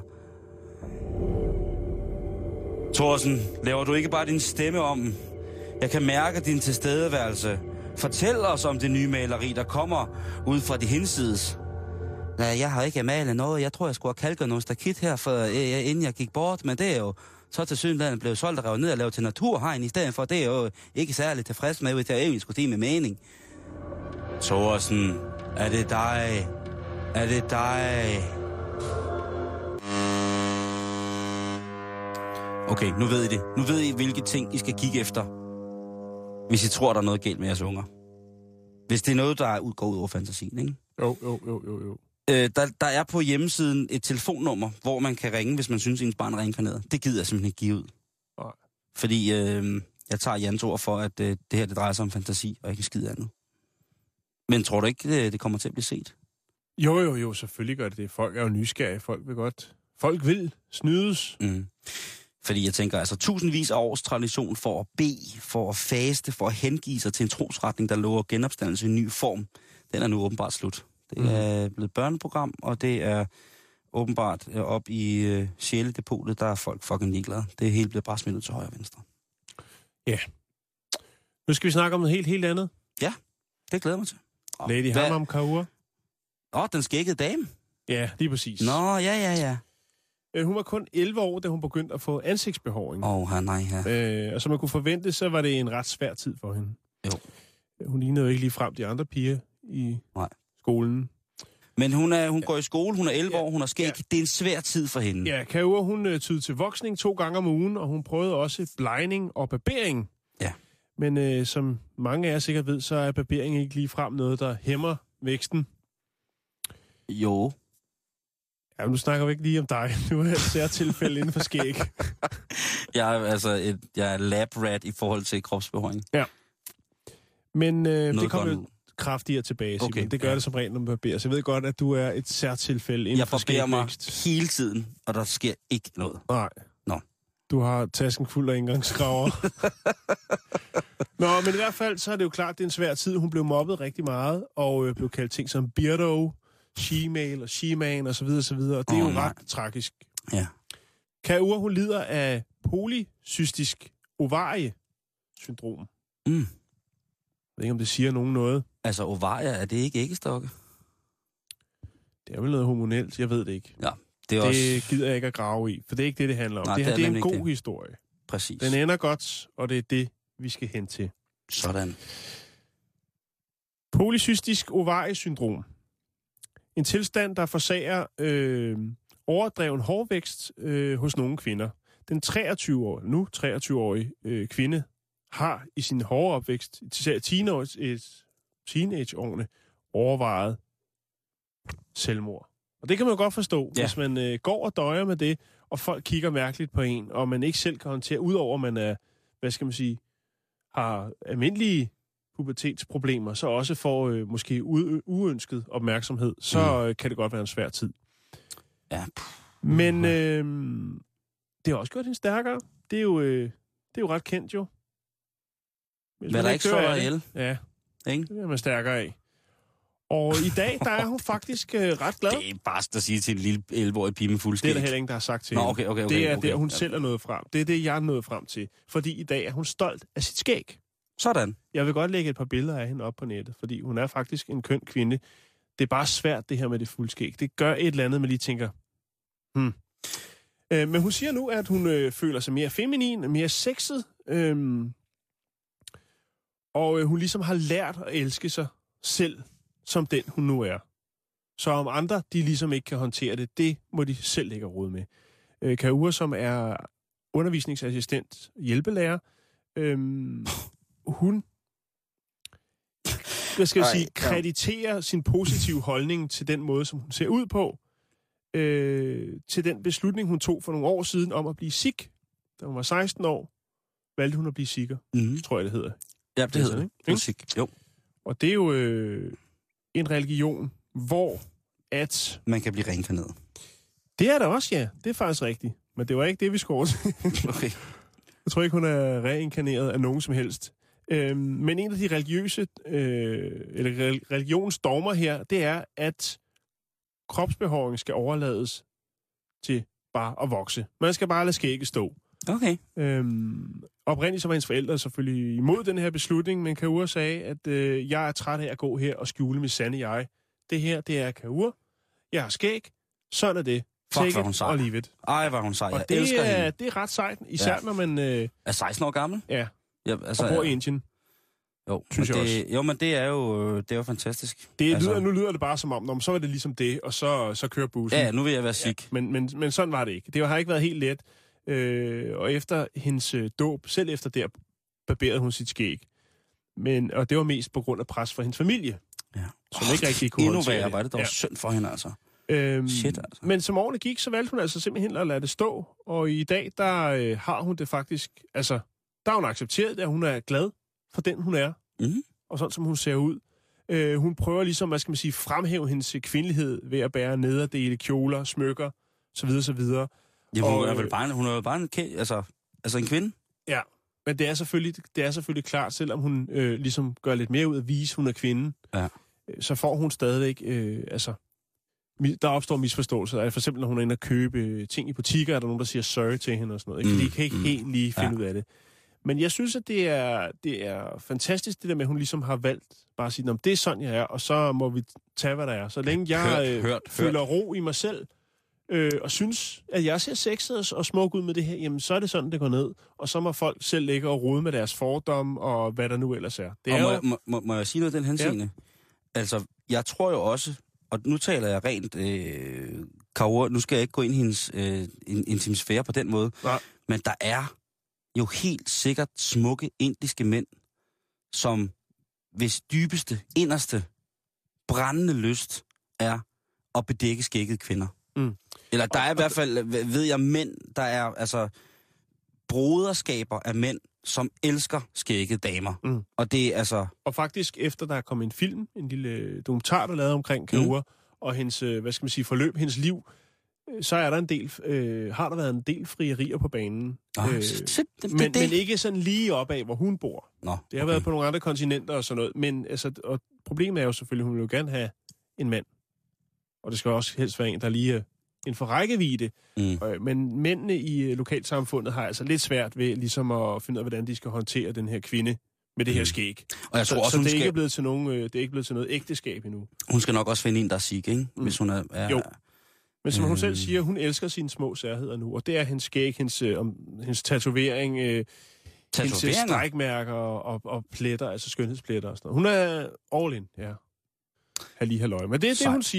D: Thorsen, laver du ikke bare din stemme om? Jeg kan mærke din tilstedeværelse. Fortæl os om det nye maleri, der kommer ud fra de hinsides.
G: Nej, jeg har ikke malet noget. Jeg tror, jeg skulle have kalket nogle stakit her, inden jeg gik bort. Men det er jo så til synligheden blevet solgt og revet ned og lavet til naturhegn i stedet for. Det er jo ikke særligt tilfreds med, hvis jeg egentlig skulle sige med mening.
D: Thorsen, er det dig? Er det dig? Okay, nu ved I det. Nu ved I, hvilke ting I skal kigge efter, hvis I tror, der er noget galt med jeres unger. Hvis det er noget, der går ud over fantasien, ikke?
E: Jo.
D: Der er på hjemmesiden et telefonnummer, hvor man kan ringe, hvis man synes, ens barn er reinkarneret. Det gider jeg simpelthen ikke give ud.
E: Nej.
D: Fordi jeg tager Jans ord for, at det her det drejer sig om fantasi, og ikke en skid andet. Men tror du ikke, det kommer til at blive set?
E: Jo, selvfølgelig gør det. Folk er jo nysgerrige. Folk vil snydes.
D: Mm. Fordi jeg tænker, altså tusindvis af års tradition for at bede, for at faste, for at hengive sig til en trosretning, der lover genopstandelse i en ny form, den er nu åbenbart slut. Det er blevet børneprogram, og det er åbenbart op i sjæledepotet, der er folk fucking ligeglade. Det er helt blevet bare smidt ud til højre og venstre.
E: Ja. Nu skal vi snakke om noget helt andet.
D: Ja, det glæder mig til.
E: Lady Hammam Kaur.
D: Den skækkede dame.
E: Ja, lige præcis.
D: Nå, ja.
E: Hun var kun 11 år, da hun begyndte at få ansigtsbehåring. Og som man kunne forvente, så var det en ret svær tid for hende.
D: Jo.
E: Hun lignede jo ikke lige frem de andre piger i skolen.
D: Men hun går i skole, hun er 11 år, hun har skæg. Ja. Det er en svær tid for hende.
E: Ja, Kaur, hun tydede til voksning 2 gange om ugen, og hun prøvede også blegning og barbering.
D: Ja.
E: Men som mange af jer sikkert ved, så er barbering ikke lige frem noget, der hæmmer væksten.
D: Jo.
E: Ja, nu snakker vi ikke lige om dig. Nu er det et særtilfælde inden for skæg.
D: Jeg er lab-rat i forhold til kropsbehåring.
E: Ja. Men det kommer jo kraftigere tilbage, Simon.
D: Okay,
E: det gør det som regel, når man barberer. Så jeg ved godt, at du er et særtilfælde inden for skægvækst.
D: Jeg barberer mig hele tiden, og der sker ikke noget.
E: Nej.
D: Nå.
E: Du har tasken fuld af engangskraver. Nå, men i hvert fald, så er det jo klart, det er en svær tid. Hun blev mobbet rigtig meget, og blev kaldt ting som beardo, she-male og she-man og så videre, så videre. Og det er jo ret tragisk.
D: Ja.
E: Kaur, hun lider af polycystisk ovarie-syndrom. Jeg ved ikke, om det siger nogen noget.
D: Altså, ovarier, er det ikke æggestokke?
E: Det er vel noget hormonelt, jeg ved det ikke.
D: Ja, det også...
E: gider jeg ikke at grave i, for det er ikke det handler om.
D: Nej,
E: det her, det er en god
D: det.
E: historie.
D: Præcis.
E: Den ender godt, og det er det, vi skal hen til.
D: Sådan.
E: Polycystisk ovariesyndrom. En tilstand, der forsager overdreven hårvækst hos nogle kvinder. Den 23-årige kvinde har i sin hårde opvækst, især teenageårene, overvejet selvmord. Og det kan man jo godt forstå, hvis man går og døjer med det, og folk kigger mærkeligt på en, og man ikke selv kan håndtere, udover man er, har almindelige pubertetsproblemer, så også får måske uønsket opmærksomhed, så kan det godt være en svær tid.
D: Ja.
E: Men det har også gjort hende stærkere. Det er jo ret kendt jo.
D: Hvad der ikke slår dig ihjel.
E: Ja,
D: ikke?
E: Det er man stærkere af. Og i dag, der er hun faktisk ret glad.
D: Det er bare at sige til en lille 11-årig pige med fuldskæg.
E: Det er der heller ingen, der har sagt til
D: hende.
E: Okay, det er der, hun selv er nået frem. Det er det, jeg er nået frem til. Fordi i dag er hun stolt af sit skæg.
D: Sådan.
E: Jeg vil godt lægge et par billeder af hende op på nettet, fordi hun er faktisk en køn kvinde. Det er bare svært, det her med det fuldskæg. Det gør et eller andet, man lige tænker, Men hun siger nu, at hun føler sig mere feminin, mere sexet, og hun ligesom har lært at elske sig selv, som den hun nu er. Så om andre, de ligesom ikke kan håndtere det, det må de selv ikke råd med. Kahua, som er undervisningsassistent, hjælpelærer, hun krediterer sin positive holdning til den måde, som hun ser ud på, til den beslutning, hun tog for nogle år siden om at blive sik. Da hun var 16 år, valgte hun at blive sikker, tror jeg, det hedder.
D: Ja, det hedder det. Sik, jo.
E: Og det er jo en religion, hvor at...
D: man kan blive reinkarneret.
E: Det er der også, ja. Det er faktisk rigtigt. Men det var ikke det, vi skulle over til.
D: Okay.
E: Jeg tror ikke, hun er reinkarneret af nogen som helst. Men en af de religiøse, eller religionens dogmer her, det er, at kropsbehåring skal overlades til bare at vokse. Man skal bare lade skægget stå.
D: Okay.
E: Oprindeligt så var hendes forældre selvfølgelig imod den her beslutning, men Kahua sagde, at jeg er træt af at gå her og skjule mit sande jeg. Det her, det er Kahua. Jeg har skæg. Sådan er det.
D: Fuck, hvor hun sej.
E: Og livet.
D: Ej, hvor hun sej. Jeg
E: elsker
D: hende.
E: Det er ret sejt, især når man...
D: er 16 år gammel?
E: Ja.
D: Altså,
E: og bor i Indien.
D: Jo, men det er jo fantastisk.
E: Nu lyder det bare som om, så var det ligesom det, og så kører bussen.
D: Ja, nu vil jeg være sick.
E: Ja, men sådan var det ikke. Det har ikke været helt let. Og efter hendes dåb, selv efter der, barberede hun sit skæg. Og det var mest på grund af pres fra hendes familie. Ja. Som ikke rigtig kunne håndtere det.
D: Endnu værre var det dog synd for hende, altså. Shit, altså.
E: Men som årene gik, så valgte hun altså simpelthen at lade det stå. Og i dag, der har hun det faktisk... Altså, der har hun accepteret, at hun er glad for den, hun er. Mm-hmm. Og sådan, som hun ser ud. Hun prøver ligesom, fremhæve hendes kvindelighed ved at bære nederdele, kjoler, smykker, så videre, så videre.
D: Ja, hun er jo bare en kvinde. Ja,
E: men det er selvfølgelig klart, selvom hun ligesom gør lidt mere ud af at vise, hun er kvinde, så får hun stadigvæk, der opstår misforståelser. For eksempel, når hun er inde og købe ting i butikker, er der nogen, der siger sorry til hende og sådan noget. Ikke? Fordi de kan ikke helt lige finde ud af det. Men jeg synes, at det er fantastisk, det der med, at hun ligesom har valgt bare at sige, det er sådan, jeg er, og så må vi tage, hvad der er. Så længe jeg føler ro i mig selv, og synes, at jeg ser sexet og smuk ud med det her, jamen så er det sådan, det går ned. Og så må folk selv ligge og rode med deres fordomme, og hvad der nu ellers er. Det er
D: må jeg sige noget i den henseende? Ja. Altså, jeg tror jo også, og nu taler jeg rent Kahua, nu skal jeg ikke gå ind i hendes intimisfære på den måde, men der er jo helt sikkert smukke indiske mænd, som hvis dybeste, inderste, brændende lyst er at bedække skægget kvinder. Mm. Eller der er i hvert fald, ved jeg, mænd, der er broderskaber af mænd, som elsker skægget damer. Mm. Og det er altså...
E: Og faktisk, efter der er kommet en film, en lille dokumentar, der lavede omkring Kahua, og hendes, forløb, hendes liv, så er der har der været en del frierier på banen. Men ikke sådan lige op af, hvor hun bor. Det har været på nogle andre kontinenter og sådan noget. Men og problemet er jo selvfølgelig, at hun vil jo gerne have en mand. Og det skal også helst være en, der lige er en for rækkevidde. Men mændene i lokalsamfundet har altså lidt svært ved ligesom at finde ud af, hvordan de skal håndtere den her kvinde med det her skæg.
D: Og jeg tror også,
E: det er ikke blevet til det er ikke blevet til noget ægteskab endnu.
D: Hun skal nok også finde en, der er sick, ikke? Hvis hun er...
E: Jo. Men som hun selv siger, hun elsker sine små særheder nu. Og det er hendes skæg, hendes tatovering, hendes strækmærker og pletter, altså skønhedspletter og sådan noget. Hun er all in, ja. Halløj. Men det er det, hun siger.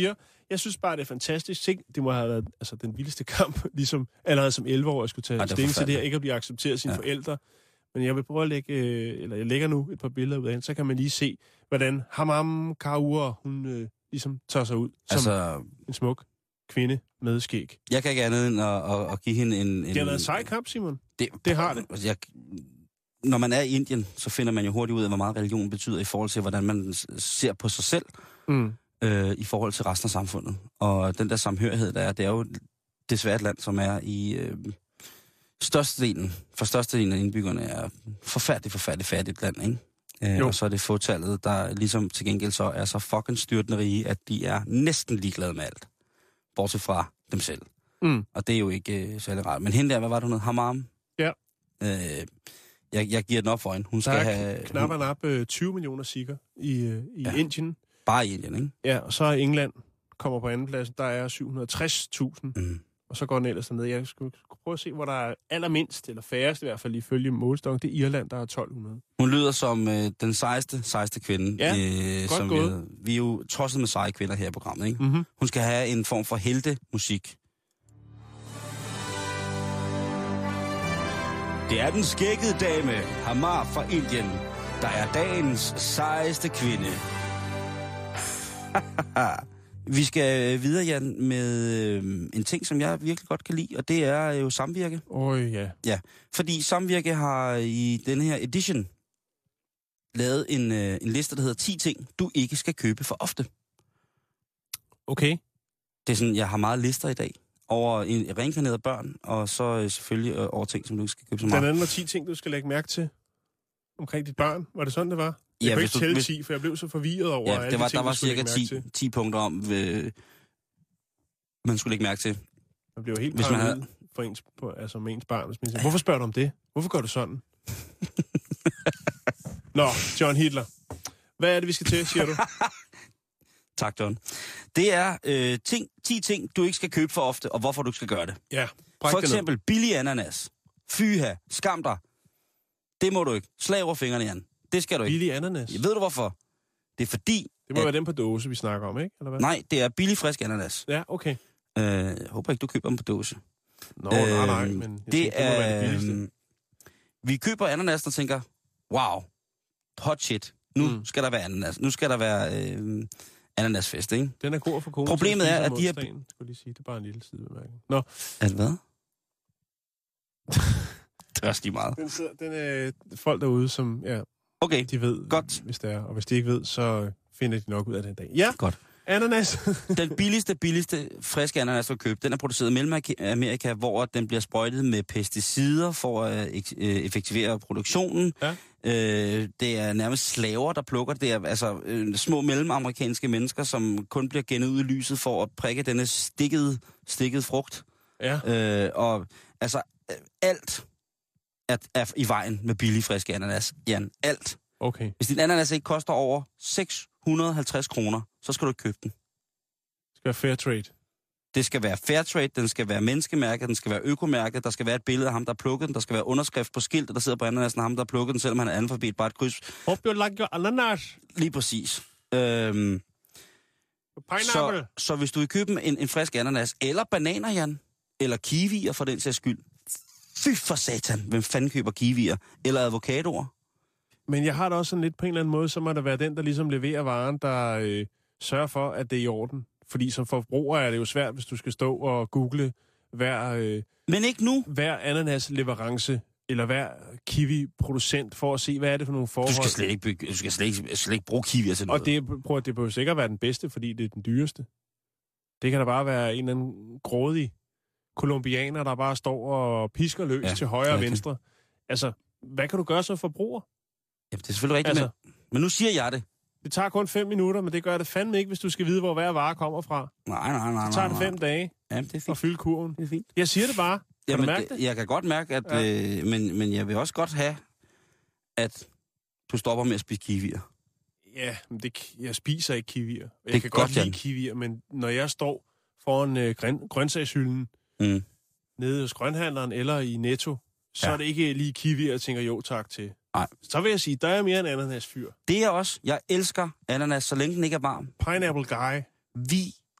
E: Jeg synes bare, det er fantastisk. Det må have været altså, den vildeste kamp, ligesom allerede som 11-årig skulle tage stilling til det her, ikke at blive accepteret af sine forældre. Men jeg vil prøve at jeg lægger nu et par billeder ud af hende, så kan man lige se, hvordan Hamam Kaur, hun ligesom tager sig ud som en smuk kvinde med skæg.
D: Jeg kan ikke andet end at give hende en...
E: Det har været en sej kamp, Simon. Det har det.
D: Altså, når man er i Indien, så finder man jo hurtigt ud af, hvor meget religion betyder i forhold til, hvordan man ser på sig selv i forhold til resten af samfundet. Og den der samhørighed, der er, det er jo desværre et land, som er i størstedelen af indbyggerne er forfærdeligt fattigt land, ikke? Og så er det fåtallet, der ligesom til gengæld så er så fucking styrtende rige, at de er næsten ligeglade med alt. Bortset fra dem selv. Og det er jo ikke særlig rart. Men hende der, hvad var det, hun hed? Hamam?
E: Ja.
D: Jeg giver den op for hende. Hun skal have...
E: knap og nap 20 millioner sikker i Indien.
D: Bare i Indien, ikke?
E: Ja, og så er England kommer på anden plads. Der er 760.000. Og så går den ellers derned. Jeg skulle prøve at se, hvor der er allermindst, eller færrest i hvert fald ifølge målstokken. Det er Irland, der er 1200.
D: Hun lyder som den sejeste kvinde.
E: Ja, godt
D: som
E: gået.
D: Vi er jo tosset med seje kvinder her i programmet, ikke?
E: Mm-hmm.
D: Hun skal have en form for heltemusik. Det er den skækkede dame, Hamar fra Indien, der er dagens sejeste kvinde. Vi skal videre, Jan, med en ting, som jeg virkelig godt kan lide, og det er jo samvirke.
E: Ja.
D: Ja, fordi samvirke har i denne her edition lavet en liste, der hedder 10 ting, du ikke skal købe for ofte.
E: Okay.
D: Det er sådan, jeg har meget lister i dag over reinkarnerede børn, og så selvfølgelig over ting, som du ikke skal købe så meget.
E: Den anden var 10 ting, du skal lægge mærke til omkring dit barn. Var det sådan, det var? Jeg kunne ikke tælle 10, for jeg blev så forvirret over alle de ting,
D: der var cirka 10 punkter om, man skulle lægge mærke til.
E: Man blev helt paranoid med ens barn. Hvis man siger, hvorfor spørger du om det? Hvorfor gør du sådan? Nå, John Hitler. Hvad er det, vi skal til, siger du?
D: Tak, John. Det er 10 ting, du ikke skal købe for ofte, og hvorfor du ikke skal gøre det.
E: Ja,
D: for eksempel billig ananas. Fyha, skam dig. Det må du ikke. Slag over fingrene, Jan. Det skal du ikke.
E: Billig ananas?
D: Ved du hvorfor? Det er fordi...
E: Det må være den på dåse, vi snakker om, ikke? Eller hvad?
D: Nej, det er billig frisk ananas.
E: Ja, okay.
D: Jeg håber ikke, du køber dem på dåse.
E: Nej, men
D: det må være det billigste. Vi køber ananas og tænker, wow, hot shit. Nu skal der være ananas. Nu skal der være ananasfest, ikke?
E: Den er god for konen.
D: Problemet er, at de her...
E: Skulle lige sige, det er bare en lille sidebemærkning. Nå.
D: Er det hvad? Det er også lige meget.
E: Den er folk derude, som
D: okay.
E: De ved,
D: godt.
E: Hvis det er. Og hvis de ikke ved, så finder de nok ud af det en dag. Ja,
D: godt.
E: Ananas.
D: Den billigste friske ananas at købe, den er produceret i Mellemamerika, hvor den bliver sprøjtet med pesticider for at effektivere produktionen. Ja. Det er nærmest slaver, der plukker. Det er altså små mellemamerikanske mennesker, som kun bliver gennet ud i lyset for at prikke denne stikkede frugt.
E: Ja.
D: Og altså alt er i vejen med billig friske ananas. Jan, alt.
E: Okay.
D: Hvis din ananas ikke koster over 650 kroner, så skal du ikke købe den.
E: Det skal være fair trade.
D: Det skal være fair trade, den skal være menneskemærket, den skal være økomærket, der skal være et billede af ham, der har plukket den, der skal være underskrift på skiltet, der sidder på ananasen af ham, der har plukket den, selvom han er analfabet, bare et kryds.
E: Hope you like your ananas.
D: Lige præcis.
E: Pineapple.
D: Så hvis du vil købe en frisk ananas, eller bananer, Jan, eller kiwier for den sags skyld, fy for satan, hvem fanden køber kiwier? Eller avocadoer?
E: Men jeg har da også sådan lidt på en eller anden måde, så må der være den, der ligesom leverer varen, der sørger for, at det er i orden. Fordi som forbruger er det jo svært, hvis du skal stå og google
D: men ikke nu.
E: Hver ananasleverance eller hver kiwi-producent for at se, hvad er det for nogle forhold.
D: Du skal slet ikke bruge kiwier til noget.
E: Og det behøver sikkert være den bedste, fordi det er den dyreste. Det kan da bare være en eller anden grådig kolumbianer, der bare står og pisker løs til højre og venstre. Altså, hvad kan du gøre som forbruger?
D: Jamen, det er selvfølgelig rigtigt, men nu siger jeg det.
E: Det tager kun 5 minutter, men det gør det fandme ikke, hvis du skal vide, hvor hver vare kommer fra.
D: Nej.
E: Så tager det 5 dage at fylde kurven.
D: Det er fint.
E: Jeg siger det bare. Kan du mærke det?
D: Jeg kan godt mærke, at, men jeg vil også godt have, at du stopper med at spise kiwier.
E: Ja, men jeg spiser ikke kiwier. Jeg kan godt lide kiwier, men når jeg står foran grøntsagshylden nede hos grønhandleren eller i Netto, så er det ikke lige kiwier, jeg tænker jo tak til.
D: Nej.
E: Så vil jeg sige, der er mere en ananasfyr.
D: Det er også. Jeg elsker ananas, så længe den ikke er varm.
E: Pineapple guy.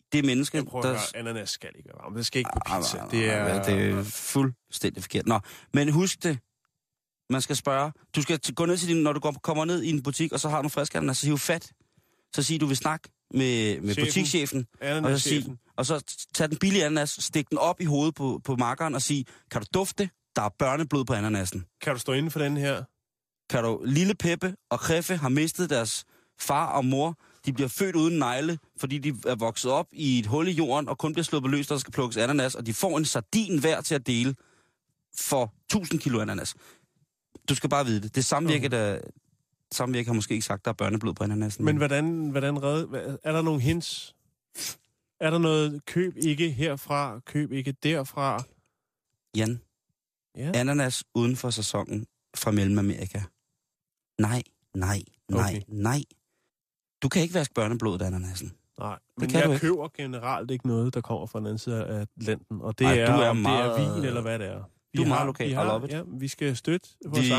D: det menneske,
E: Jeg prøver at høre, ananas skal ikke være varm. Det skal ikke på pizza.
D: Det er fuldstændig forkert. Nå, men husk det. Man skal spørge. Du skal gå ned til din, når du kommer ned i en butik, og så har du frisk ananas, så hiv fat. Så sig, du vil snakke med butikschefen. Og så tag den billige ananas, stik den op i hovedet på markeren og sige, kan du dufte? Der er børneblod på ananasen.
E: Kan du stå inden for den her?
D: Kan du, lille Peppe og Kreffe har mistet deres far og mor. De bliver født uden negle, fordi de er vokset op i et hul i jorden, og kun bliver sluppet løs, der skal plukkes ananas, og de får en sardin hver til at dele for 1000 kilo ananas. Du skal bare vide det. Det samvirke har måske ikke sagt, der er børneblod på ananasen.
E: Men hvordan er der nogle hints? Er der noget, køb ikke herfra, køb ikke derfra?
D: Jan, ananas uden for sæsonen fra Mellemamerika. Nej. Du kan ikke vaske børneblodet af ananasen.
E: Nej, men jeg køber generelt ikke noget, der kommer fra den anden side af Atlanten. Og det er vin, eller hvad det er.
D: Du er meget lokal.
E: Ja, vi skal støtte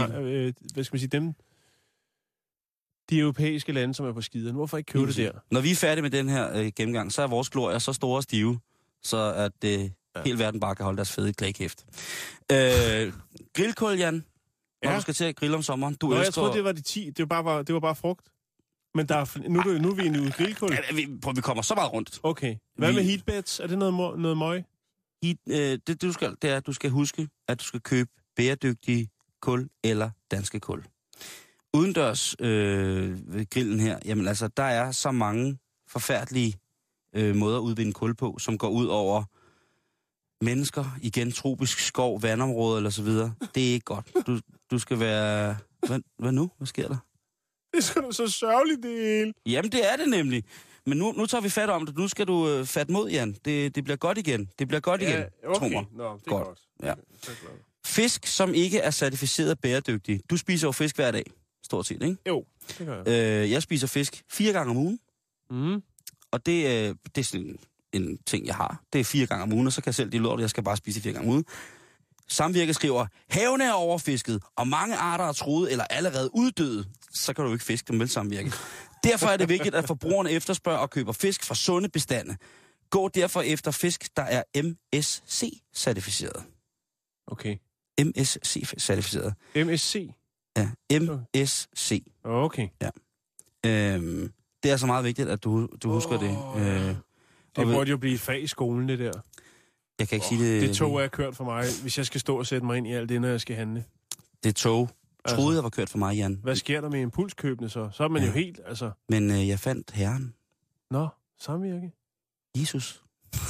E: de europæiske lande, som er på skideren. Hvorfor ikke købe det der?
D: Når vi er færdige med den her gennemgang, så er vores glorier så store og stive, så at hele verden bare kan holde deres fede klækæft. Grillkål, Jan. Når du skal til at grille om sommeren.
E: Jeg troede, det var de 10. Det var bare frugt. Men nu er vi inde i grillkål.
D: Vi kommer så meget rundt.
E: Okay. Hvad med heatbeds? Er det noget møg?
D: Det er, at du skal huske, at du skal købe bæredygtige kul eller danske kul. Udendørs ved grillen her, jamen altså, der er så mange forfærdelige måder at udvinde kul på, som går ud over mennesker, igen tropisk skov, vandområde eller så videre. Det er ikke godt. Du skal være... Hvad nu? Hvad sker der?
E: Det er sgu så sørgeligt, det hele.
D: Jamen, det er det nemlig. Men nu tager vi fat om det. Nu skal du fat mod, Jan. Det bliver godt igen. Det bliver godt igen.
E: Okay.
D: Tro mig.
E: Nå, det er godt.
D: Ja. Fisk, som ikke er certificeret bæredygtig. Du spiser jo fisk hver dag, stort set, ikke?
E: Jo, det gør jeg.
D: Jeg spiser fisk 4 gange om ugen.
E: Mm.
D: Og det er sådan en ting, jeg har. Det er 4 gange om ugen, og så kan jeg selv dele lort, jeg skal bare spise 4 gange om ugen. Samvirke skriver, haven er overfisket, og mange arter er truet eller allerede uddøde. Så kan du ikke fiske dem, vel, Samvirke. Derfor er det vigtigt, at forbrugerne efterspørger og køber fisk fra sunde bestande. Gå derfor efter fisk, der er MSC-certificeret.
E: Okay.
D: MSC-certificeret.
E: MSC?
D: Ja, MSC.
E: Okay.
D: Ja. Det er så meget vigtigt, at du husker det.
E: Det burde jo blive et fag i skolen, det der.
D: Jeg kan ikke sige det...
E: Det tog er kørt for mig, hvis jeg skal stå og sætte mig ind i alt det, når jeg skal handle.
D: Det tog troede jeg var kørt for mig, Jan.
E: Hvad sker der med impulskøbene så? Så er man jo helt, altså...
D: Men jeg fandt Herren.
E: Nå, Samvirke.
D: Jesus.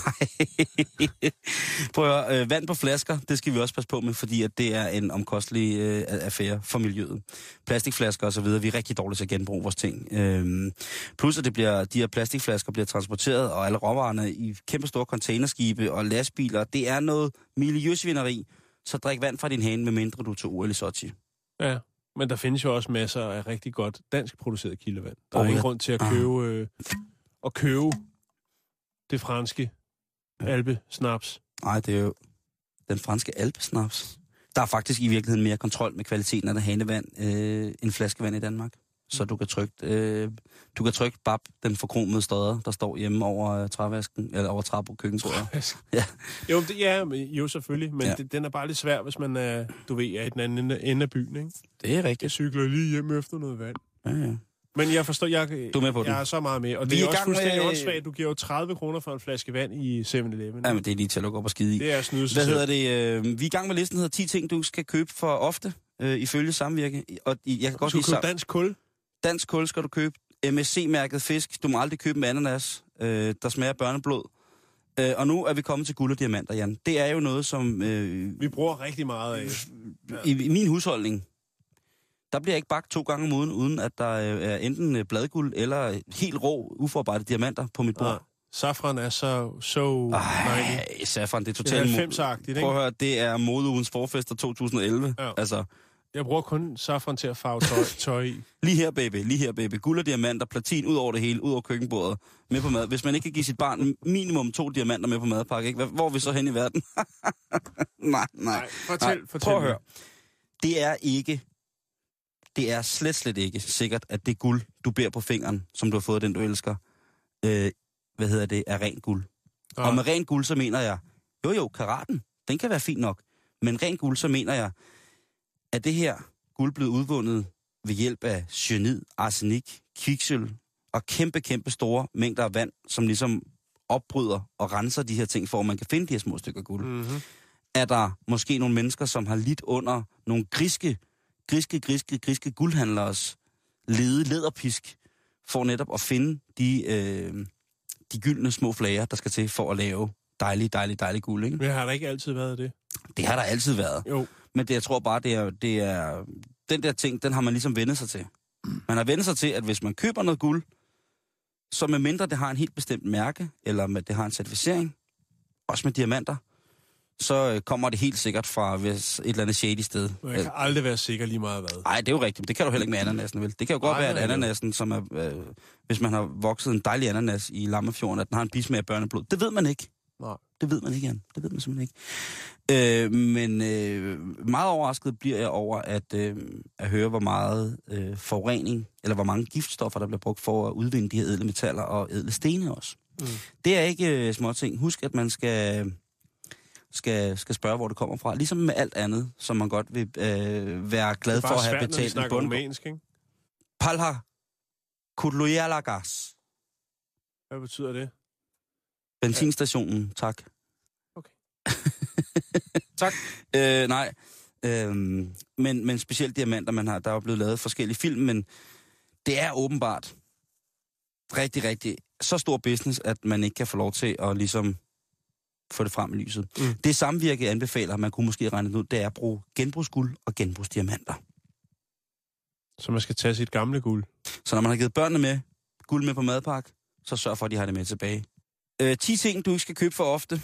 D: Prøv at høre, vand på flasker, det skal vi også passe på med, fordi at det er en omkostelig affære for miljøet. Plastikflasker og så videre, vi er rigtig dårlige til at genbruge vores ting. Plus at de her plastikflasker bliver transporteret, og alle råvarerne i kæmpe store containerskibe og lastbiler, det er noget miljøsvineri. Så drik vand fra din hane, medmindre du til OL i Sochi.
E: Ja, men der findes jo også masser af rigtig godt dansk produceret kildevand. Der er ingen grund til at købe det franske alpesnaps.
D: Nej, det er jo den franske alpesnaps. Der er faktisk i virkeligheden mere kontrol med kvaliteten af det hanevand end flaskevand i Danmark. Så du kan trykke bab, den forkromede stodder, der står hjemme over trævasken, eller over træ på køkkenbordet.
E: Ja. Jo, selvfølgelig, men den er bare lidt svær, hvis man er i den anden ende af byen, ikke?
D: Det er rigtigt.
E: Jeg cykler lige hjem efter noget vand.
D: Ja.
E: Men jeg forstår,
D: du er med på
E: jeg er så meget med. Og det er også fuldstændig åndssvagt. Du giver jo 30 kroner for en flaske vand i 7-Eleven.
D: Ja, men det er lige til at lukke op og skide i.
E: Det er snyde sig.
D: Hvad hedder det? Vi er i gang med listen, hedder 10 ting, du skal købe for ofte, ifølge Samvirke. Og jeg kan godt
E: købe dansk kul?
D: Dansk kul skal du købe. MSC-mærket fisk. Du må aldrig købe med ananas, der smager børneblod. Og nu er vi kommet til guld og diamanter, Jan. Det er jo noget, som...
E: vi bruger rigtig meget af.
D: I min husholdning, der bliver ikke bagt 2 gange om ugen, uden at der er enten bladguld eller helt rå, uforarbejdet diamanter på mit bord. Ja.
E: Safran er så
D: safran, det er totalt...
E: Det er 90'er-agtigt, ikke?
D: Prøv at høre, det er modeugens forfester 2011. Ja. Altså...
E: Jeg bruger kun safran til at farve tøj i.
D: Lige her, baby. Guld og diamanter, platin ud over det hele, ud over køkkenbordet, med på mad. Hvis man ikke kan give sit barn minimum 2 diamanter med på madpakke, ikke? Hvor er vi så hen i verden? Nej.
E: Fortæl.
D: Prøv at høre. Det er slet ikke sikkert, at det guld, du bærer på fingeren, som du har fået den, du elsker, er rent guld. Og med rent guld, så mener jeg, jo, karaten, den kan være fin nok. Men rent guld, så mener jeg, at det her guld blev udvundet ved hjælp af cyanid, arsenik, kviksølv og kæmpe store mængder af vand, som ligesom opbryder og renser de her ting, for at man kan finde de her små stykker guld. Mm-hmm. Er der måske nogle mennesker, som har lidt under nogle griske guldhandleres lede læderpisk, for netop at finde de gyldne små flager, der skal til for at lave dejlig guld, ikke?
E: Men har der ikke altid været det?
D: Det har der altid været.
E: Jo.
D: Men jeg tror bare, det er den der ting, den har man ligesom vendt sig til. Man har vendt sig til, at hvis man køber noget guld, så med mindre det har en helt bestemt mærke, eller det har en certificering, også med diamanter, så kommer det helt sikkert fra et eller andet shady sted.
E: Men jeg kan aldrig være sikker lige meget hvad.
D: Nej, det er jo rigtigt. Det kan du heller ikke med ananasen, vel? Det kan jo godt være, at ananasen, som er, hvis man har vokset en dejlig ananas i Lammefjorden, at den har en bismag af børneblod. Det ved man ikke.
E: Nej.
D: Det ved man ikke, Jan. Det ved man simpelthen ikke. Men meget overrasket bliver jeg over at høre, hvor meget forurening, eller hvor mange giftstoffer, der bliver brugt for at udvinde de her ædle metaller og ædle stene også. Mm. Det er ikke småting. Husk, at man skal spørge, hvor det kommer fra. Ligesom med alt andet, som man godt vil være glad for at have betalt. Det er bare svært,
E: rumænsk, ikke?
D: Palha Kudlujalagas.
E: Hvad betyder det?
D: Benzinstationen, tak.
E: Okay.
D: Tak. Nej. Men specielt diamanter, der er jo blevet lavet forskellige film, men det er åbenbart rigtig så stor business, at man ikke kan få lov til at ligesom få det frem i lyset. Mm. Det samvirke anbefaler, man kunne måske regne ud, det er at bruge genbrugsguld og genbrugsdiamanter.
E: Så man skal tage sit gamle guld?
D: Så når man har givet børnene med guld med på madpakke, så sørg for, at de har det med tilbage. 10 ting, du ikke skal købe for ofte.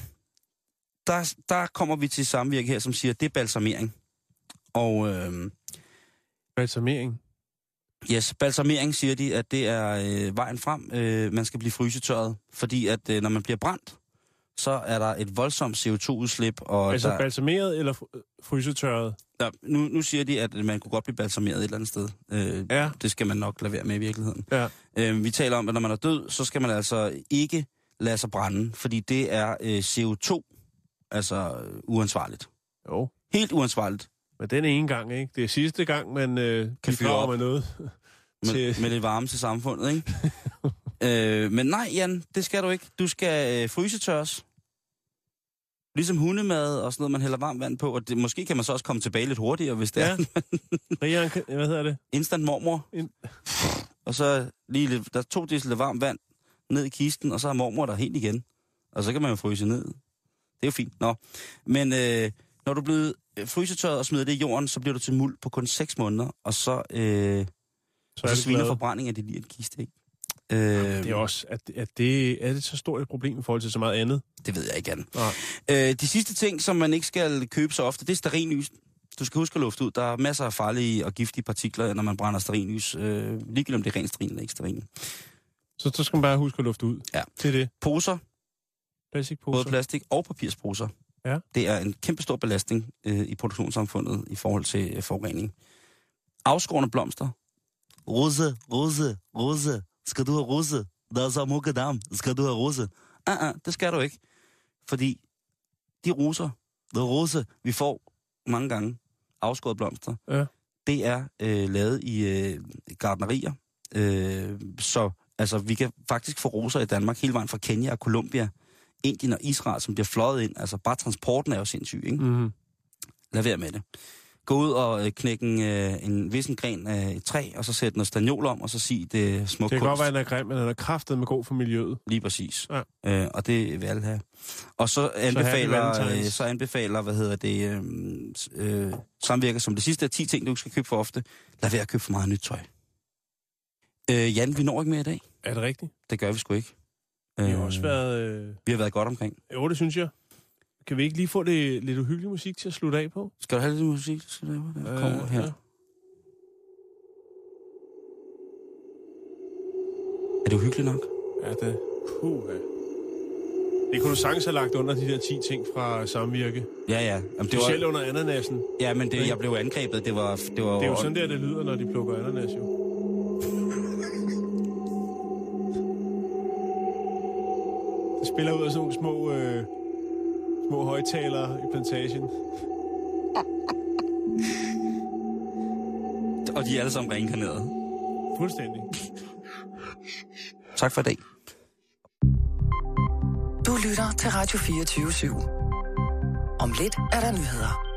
D: Der kommer vi til samvirke her, som siger, det er balsamering. Og
E: balsamering?
D: Yes, balsamering siger de, at det er vejen frem. Man skal blive frysetørret, fordi at når man bliver brændt, så er der et voldsomt CO2-udslip. Og
E: altså balsameret eller frysetørret?
D: Ja, nu siger de, at man kunne godt blive balsameret et eller andet sted. Ja. Det skal man nok lade være med i virkeligheden. Ja. Vi taler om, at når man er død, så skal man altså ikke lade sig brænde, fordi det er CO2, altså uansvarligt. Jo. Helt uansvarligt.
E: Men den ene gang, ikke? Det er sidste gang, man kan fyre op med noget.
D: Med lidt varme til samfundet, ikke? Men nej, Jan, det skal du ikke. Du skal frysetørres. Ligesom hundemad og sådan noget, man hælder varmt vand på. Og måske kan man så også komme tilbage lidt hurtigere, hvis det er.
E: Hvad hedder det?
D: Instant mormor. Og så lige lidt, der er 2 deciliter varmt vand ned i kisten, og så er mormor der helt igen. Og så kan man jo fryse ned. Det er jo fint. Nå. Men når du er blevet frysetørret og smider det i jorden, så bliver du til muld på kun 6 måneder, og så sviner forbrænding af det lige en kiste, ikke?
E: Det er også, er det så stort et problem i forhold til så meget andet?
D: Det ved jeg ikke, Jan. De sidste ting, som man ikke skal købe så ofte, det er stearinlys. Du skal huske at lufte ud. Der er masser af farlige og giftige partikler, når man brænder stearinlys. Ligegyldigt om det er ren stearin eller ikke stearin.
E: Så skal man bare huske at lufte ud?
D: Ja.
E: Til det?
D: Poser.
E: Plastikposer?
D: Både plastik og papirsposer. Ja. Det er en kæmpe stor belastning i produktionssamfundet i forhold til forurening. Afskårne blomster. Rose. Skal du have rose? Der er så mukke dam. Skal du have rose? Det skal du ikke. Fordi de rose, vi får mange gange, afskåret blomster, det er lavet i gartnerier. Så altså, vi kan faktisk få roser i Danmark hele vejen fra Kenya og Colombia, Indien og Israel, som bliver fløjet ind. Altså bare transporten er jo sindssyg, ikke? Mm-hmm. Lad være med det. Gå ud og knække en vissen gren af et træ, og så sætte noget stagnol om, og så sige, det er smuk kunst.
E: Det kan godt være, at den er grim, men den er kraftet med god for miljøet.
D: Lige præcis. Ja. Og det vil alle have. Og så anbefaler, samvirker som det sidste af 10 ting, du skal købe for ofte. Lad være at købe for meget nyt tøj. Jan, vi når ikke mere i dag.
E: Er det rigtigt?
D: Det gør vi sgu ikke.
E: Vi har også været...
D: Vi har været godt omkring.
E: Jo, det synes jeg. Kan vi ikke lige få det lidt uhyggelig musik til at slutte af på?
D: Skal du have lidt musik til at slutte af på? Der kommer her. Ja. Er det uhyggeligt nok?
E: Ja, det. Det kunne du sagtens have lagt under de der 10 ting fra samvirke.
D: Ja. Jamen, det
E: var... Selv under ananasen.
D: Ja, men jeg blev angrebet. Det var
E: det er jo sådan der, det lyder, når de plukker ananas, jo. spiller ud af sådan nogle små højtalere i plantagen.
D: Og de er alle sammen reinkarnerede.
E: Fuldstændig.
D: Tak for i dag.
C: Du lytter til Radio 24/7. Om lidt er der nyheder.